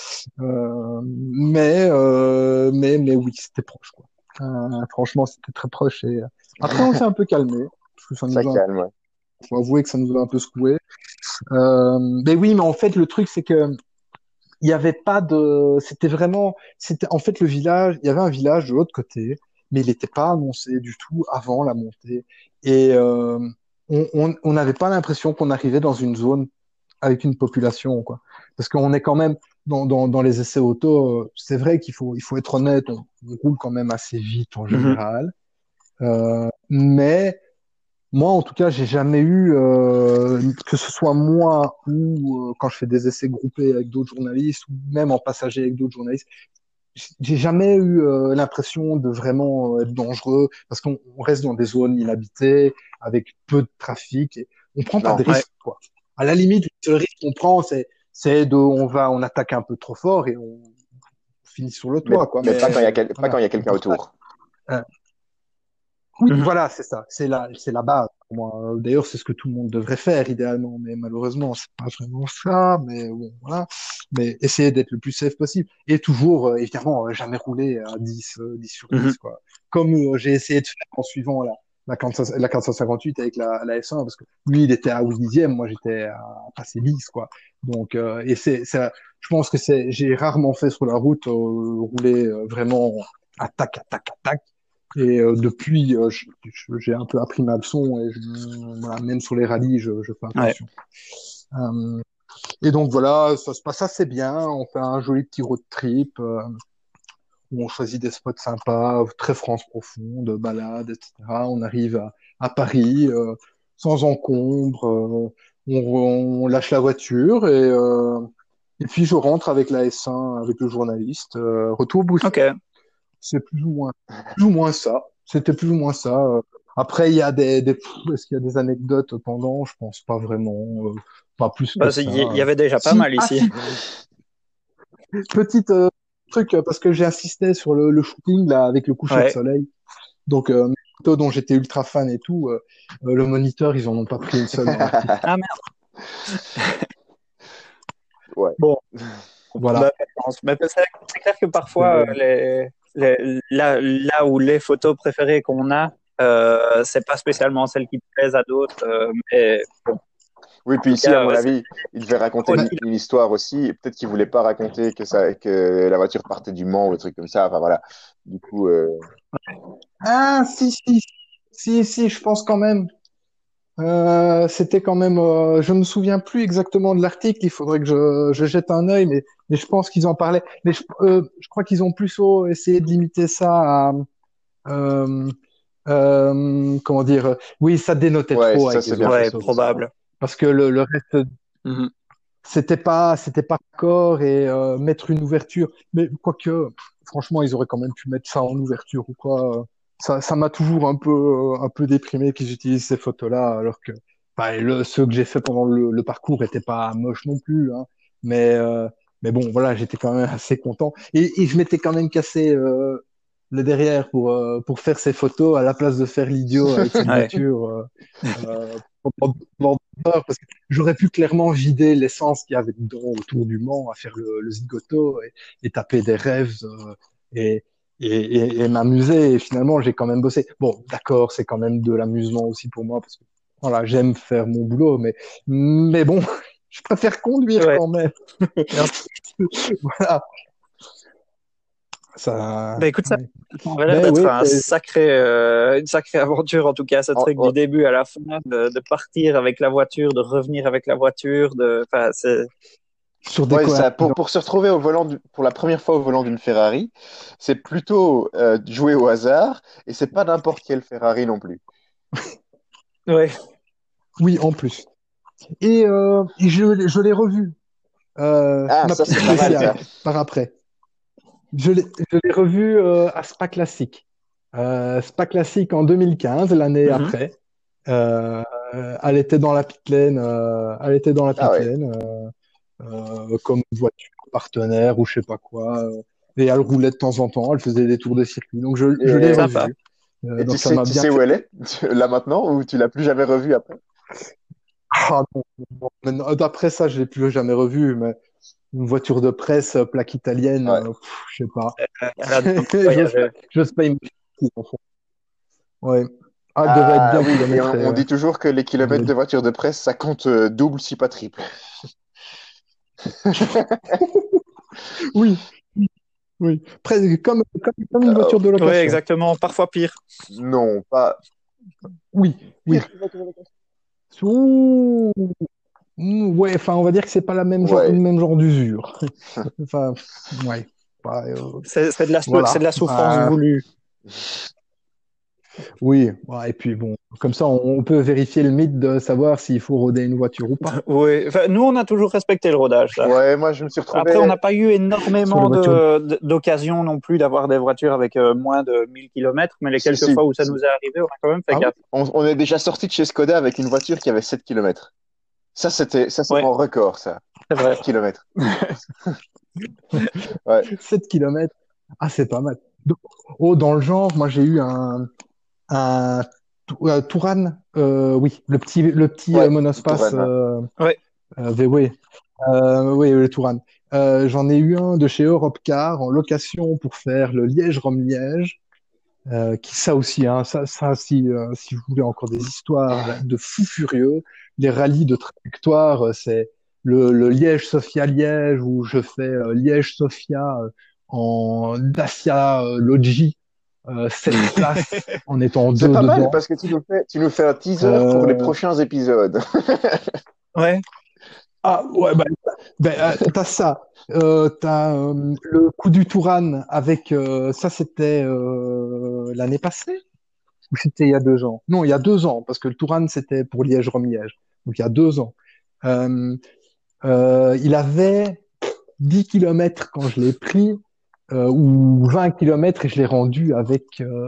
Mais oui, c'était proche, quoi. Franchement, c'était très proche. Et après, on s'est un peu calmé. Parce que ça calme, ouais. Faut avouer que ça nous a un peu secoué. Mais oui, mais en fait, le truc, c'est que il n'y avait pas de. C'était en fait le village. Il y avait un village de l'autre côté, mais il n'était pas annoncé du tout avant la montée. Et on n'avait pas l'impression qu'on arrivait dans une zone avec une population, quoi. Parce qu'on est quand même dans les essais auto, c'est vrai qu'il faut être honnête, on roule quand même assez vite en général. Mais moi, en tout cas, j'ai jamais eu, que ce soit moi ou quand je fais des essais groupés avec d'autres journalistes ou même en passager avec d'autres journalistes, j'ai jamais eu l'impression de vraiment être dangereux parce qu'on reste dans des zones inhabitées avec peu de trafic et on prend pas de risques, quoi. À la limite, le risque qu'on prend, c'est on attaque un peu trop fort et on finit sur le toit, quoi. Mais pas quand il y a quelqu'un autour. Oui, voilà, c'est ça. C'est la base pour moi. D'ailleurs, c'est ce que tout le monde devrait faire idéalement, mais malheureusement, c'est pas vraiment ça. Mais bon, voilà. Mais essayer d'être le plus safe possible et toujours, évidemment, jamais rouler à 10 sur 10, quoi. Comme j'ai essayé de faire en suivant la 458 avec la S1, parce que lui, il était à 8 dixièmes, moi, j'étais à passer 10, quoi. Donc, et je pense que j'ai rarement fait sur la route rouler vraiment attaque. Et depuis, j'ai un peu appris ma leçon et voilà, même sur les rallyes, je fais attention. Et donc voilà, ça se passe assez bien. On fait un joli petit road trip où on choisit des spots sympas, très France profonde, balade, etc. On arrive à Paris sans encombre. On lâche la voiture et puis je rentre avec la S1 avec le journaliste. Retour Bruxelles. Okay. C'est plus ou moins ça. C'était plus ou moins ça. Après, il y a est-ce qu'il y a des anecdotes pendant? Je pense pas vraiment. Pas plus que ça. Il y avait déjà pas mal ici. Petite truc, parce que j'ai assisté sur le shooting là, avec le coucher de soleil. Donc, mes photos dont j'étais ultra fan et tout, le moniteur, ils en ont pas pris une seule. Ah merde. Ouais. Bon, voilà. Mais c'est clair que parfois, là où les photos préférées qu'on a, c'est pas spécialement celle qui plaise à d'autres, mais bon. Oui, puis ici, à mon avis, il devait raconter une histoire aussi. Et peut-être qu'il voulait pas raconter que la voiture partait du Mans ou des trucs comme ça. Enfin voilà. Du coup, Ah, si, je pense quand même. C'était quand même. Je me souviens plus exactement de l'article. Il faudrait que je jette un œil, mais je pense qu'ils en parlaient. Mais je crois qu'ils ont plutôt essayé de limiter ça à. euh, comment dire? Oui, ça dénotait ouais, trop ça avec c'est les bien autres fait. Ouais, photos. probable. Parce que le reste, Mhm. c'était pas corps et mettre une ouverture. Mais quoique, franchement, ils auraient quand même pu mettre ça en ouverture ou quoi. Ça m'a toujours un peu déprimé qu'ils utilisent ces photos-là, alors que enfin, ceux que j'ai fait pendant le parcours étaient pas moches non plus, hein. Mais, euh, mais bon, voilà, j'étais quand même assez content. Et je m'étais quand même cassé le derrière pour faire ces photos à la place de faire l'idiot avec cette Ouais. voiture pendant 2 heures, parce que j'aurais pu clairement vider l'essence qu'il y avait dedans autour du Mans à faire le zigoto et taper des rêves et, et m'amuser. Et finalement, j'ai quand même bossé. Bon, d'accord, c'est quand même de l'amusement aussi pour moi parce que voilà, j'aime faire mon boulot, mais bon, je préfère conduire Ouais. quand même. Non. Voilà. Ça, Bah écoute, ça ouais. avait l'air Ben d'être oui, une sacrée aventure, en tout cas, ce Oh, truc du oh, début à la fin, de partir avec la voiture, de revenir avec la voiture, enfin, c'est, sur des ouais, ça, coïncidences. pour se retrouver au volant pour la première fois au volant d'une Ferrari, c'est plutôt jouer au hasard et c'est pas n'importe quelle Ferrari non plus. ouais. Oui, en plus. Et je l'ai revu. Ah, Ma ça petite c'est pas mal spéciale ça. par après. Je l'ai revu à Spa Classic. Spa Classic en 2015, l'année Mhm. après. Euh, Elle était dans la pit lane, elle était dans la Ah pit ouais. lane comme voiture partenaire ou je sais pas quoi. Et elle roulait de temps en temps, elle faisait des tours de circuit. Donc je l'ai Et, Sympa. revu. et Donc ça m'a tu bien sais où fait. elle est là maintenant ou tu l'as plus jamais revue après? Ah, non, non, non. D'après ça, je l'ai plus jamais revu. Mais une voiture de presse, plaque italienne, Ouais. je sais pas. Elle a bien J'ose pas, voyagé. j'ose pas imaginer ce qu'ils en font. Ouais. Ah, elle devait être Ah bien oui, et kilométrée, on ouais. dit toujours que les Elle devait kilomètres être- de voiture de presse, ça compte double si pas triple. Oui, oui. Presque comme une voiture de Oui, location. exactement. Parfois pire. Non, pas Oui, oui. pire qu'une voiture de location. Ouh, ouais, enfin, on va dire que c'est pas le Ouais. même genre d'usure. Enfin, ouais. Bah, C'est de voilà. la souffrance voulue. Oui. Ouais, et puis bon, comme ça, on peut vérifier le mythe de savoir s'il faut roder une voiture ou pas Oui. Enfin, nous, on a toujours respecté le rodage, ça. Ouais, moi je me suis Après, on retrouvé. n'a pas eu sur les énormément voitures. d'occasions non plus d'avoir des voitures avec moins de 1000 kilomètres, mais les Si, quelques si. fois où ça nous est arrivé, on a quand même fait Ah oui? gaffe. On est déjà sorti de chez Skoda avec une voiture qui avait 7 kilomètres. Ça c'est Ouais, mon record, ça. c'est vrai. 7 kilomètres. Ouais. 7 kilomètres. Ah, c'est pas mal. Donc, oh, dans le genre, moi j'ai eu un Touran, oui, le petit Ouais. monospace Touraine. Ouais. VW. Oui, le Touran. J'en ai eu un de chez Europcar en location pour faire le Liège-Rome-Liège. Qui ça aussi, hein, ça si vous voulez encore des histoires là, de fous furieux, les rallyes de trajectoire, c'est le Liège-Sofia-Liège où je fais Liège-Sofia en Dacia Logi, 7 places en étant C'est deux pas mal dedans. parce que tu nous fais un teaser pour les Euh, prochains épisodes. Ouais. Ah ouais, t'as ça. T'as le coup du Touran avec ça, c'était l'année passée ou c'était il y a 2 ans? Non, il y a 2 ans parce que le Touran c'était pour Liège-Rome-Liège. Donc il y a 2 ans. Euh, il avait 10 kilomètres quand je l'ai pris ou 20 kilomètres et je l'ai rendu avec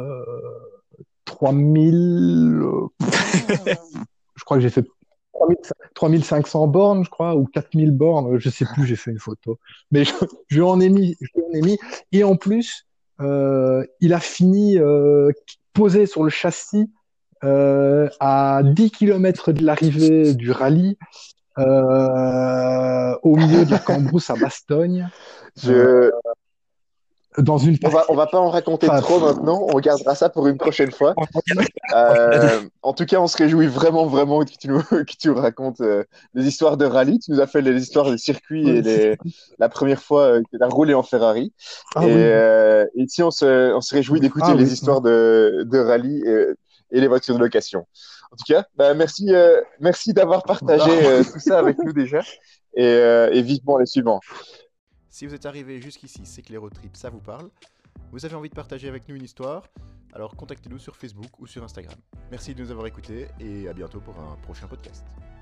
3000. Je crois que j'ai fait 3500 bornes, je crois, ou 4000 bornes, je sais plus, j'ai fait une photo. Mais je lui en ai mis, je lui en ai mis. Et en plus, il a fini posé sur le châssis à 10 kilomètres de l'arrivée du rallye, au milieu de la Cambrousse à Bastogne. Euh, Je, dans une On va pas en raconter trop maintenant, on gardera ça pour une prochaine fois. En tout cas, on se réjouit vraiment que tu nous racontes les histoires de rallye. Tu nous as fait les histoires des circuits et la première fois que tu as roulé en Ferrari. Et ici, on se réjouit d'écouter les histoires de rallye et les voitures de location. En tout cas, merci d'avoir partagé tout ça avec nous déjà et vivement les suivants. Si vous êtes arrivé jusqu'ici, c'est que les road trips, ça vous parle. Vous avez envie de partager avec nous une histoire, alors contactez-nous sur Facebook ou sur Instagram. Merci de nous avoir écoutés et à bientôt pour un prochain podcast.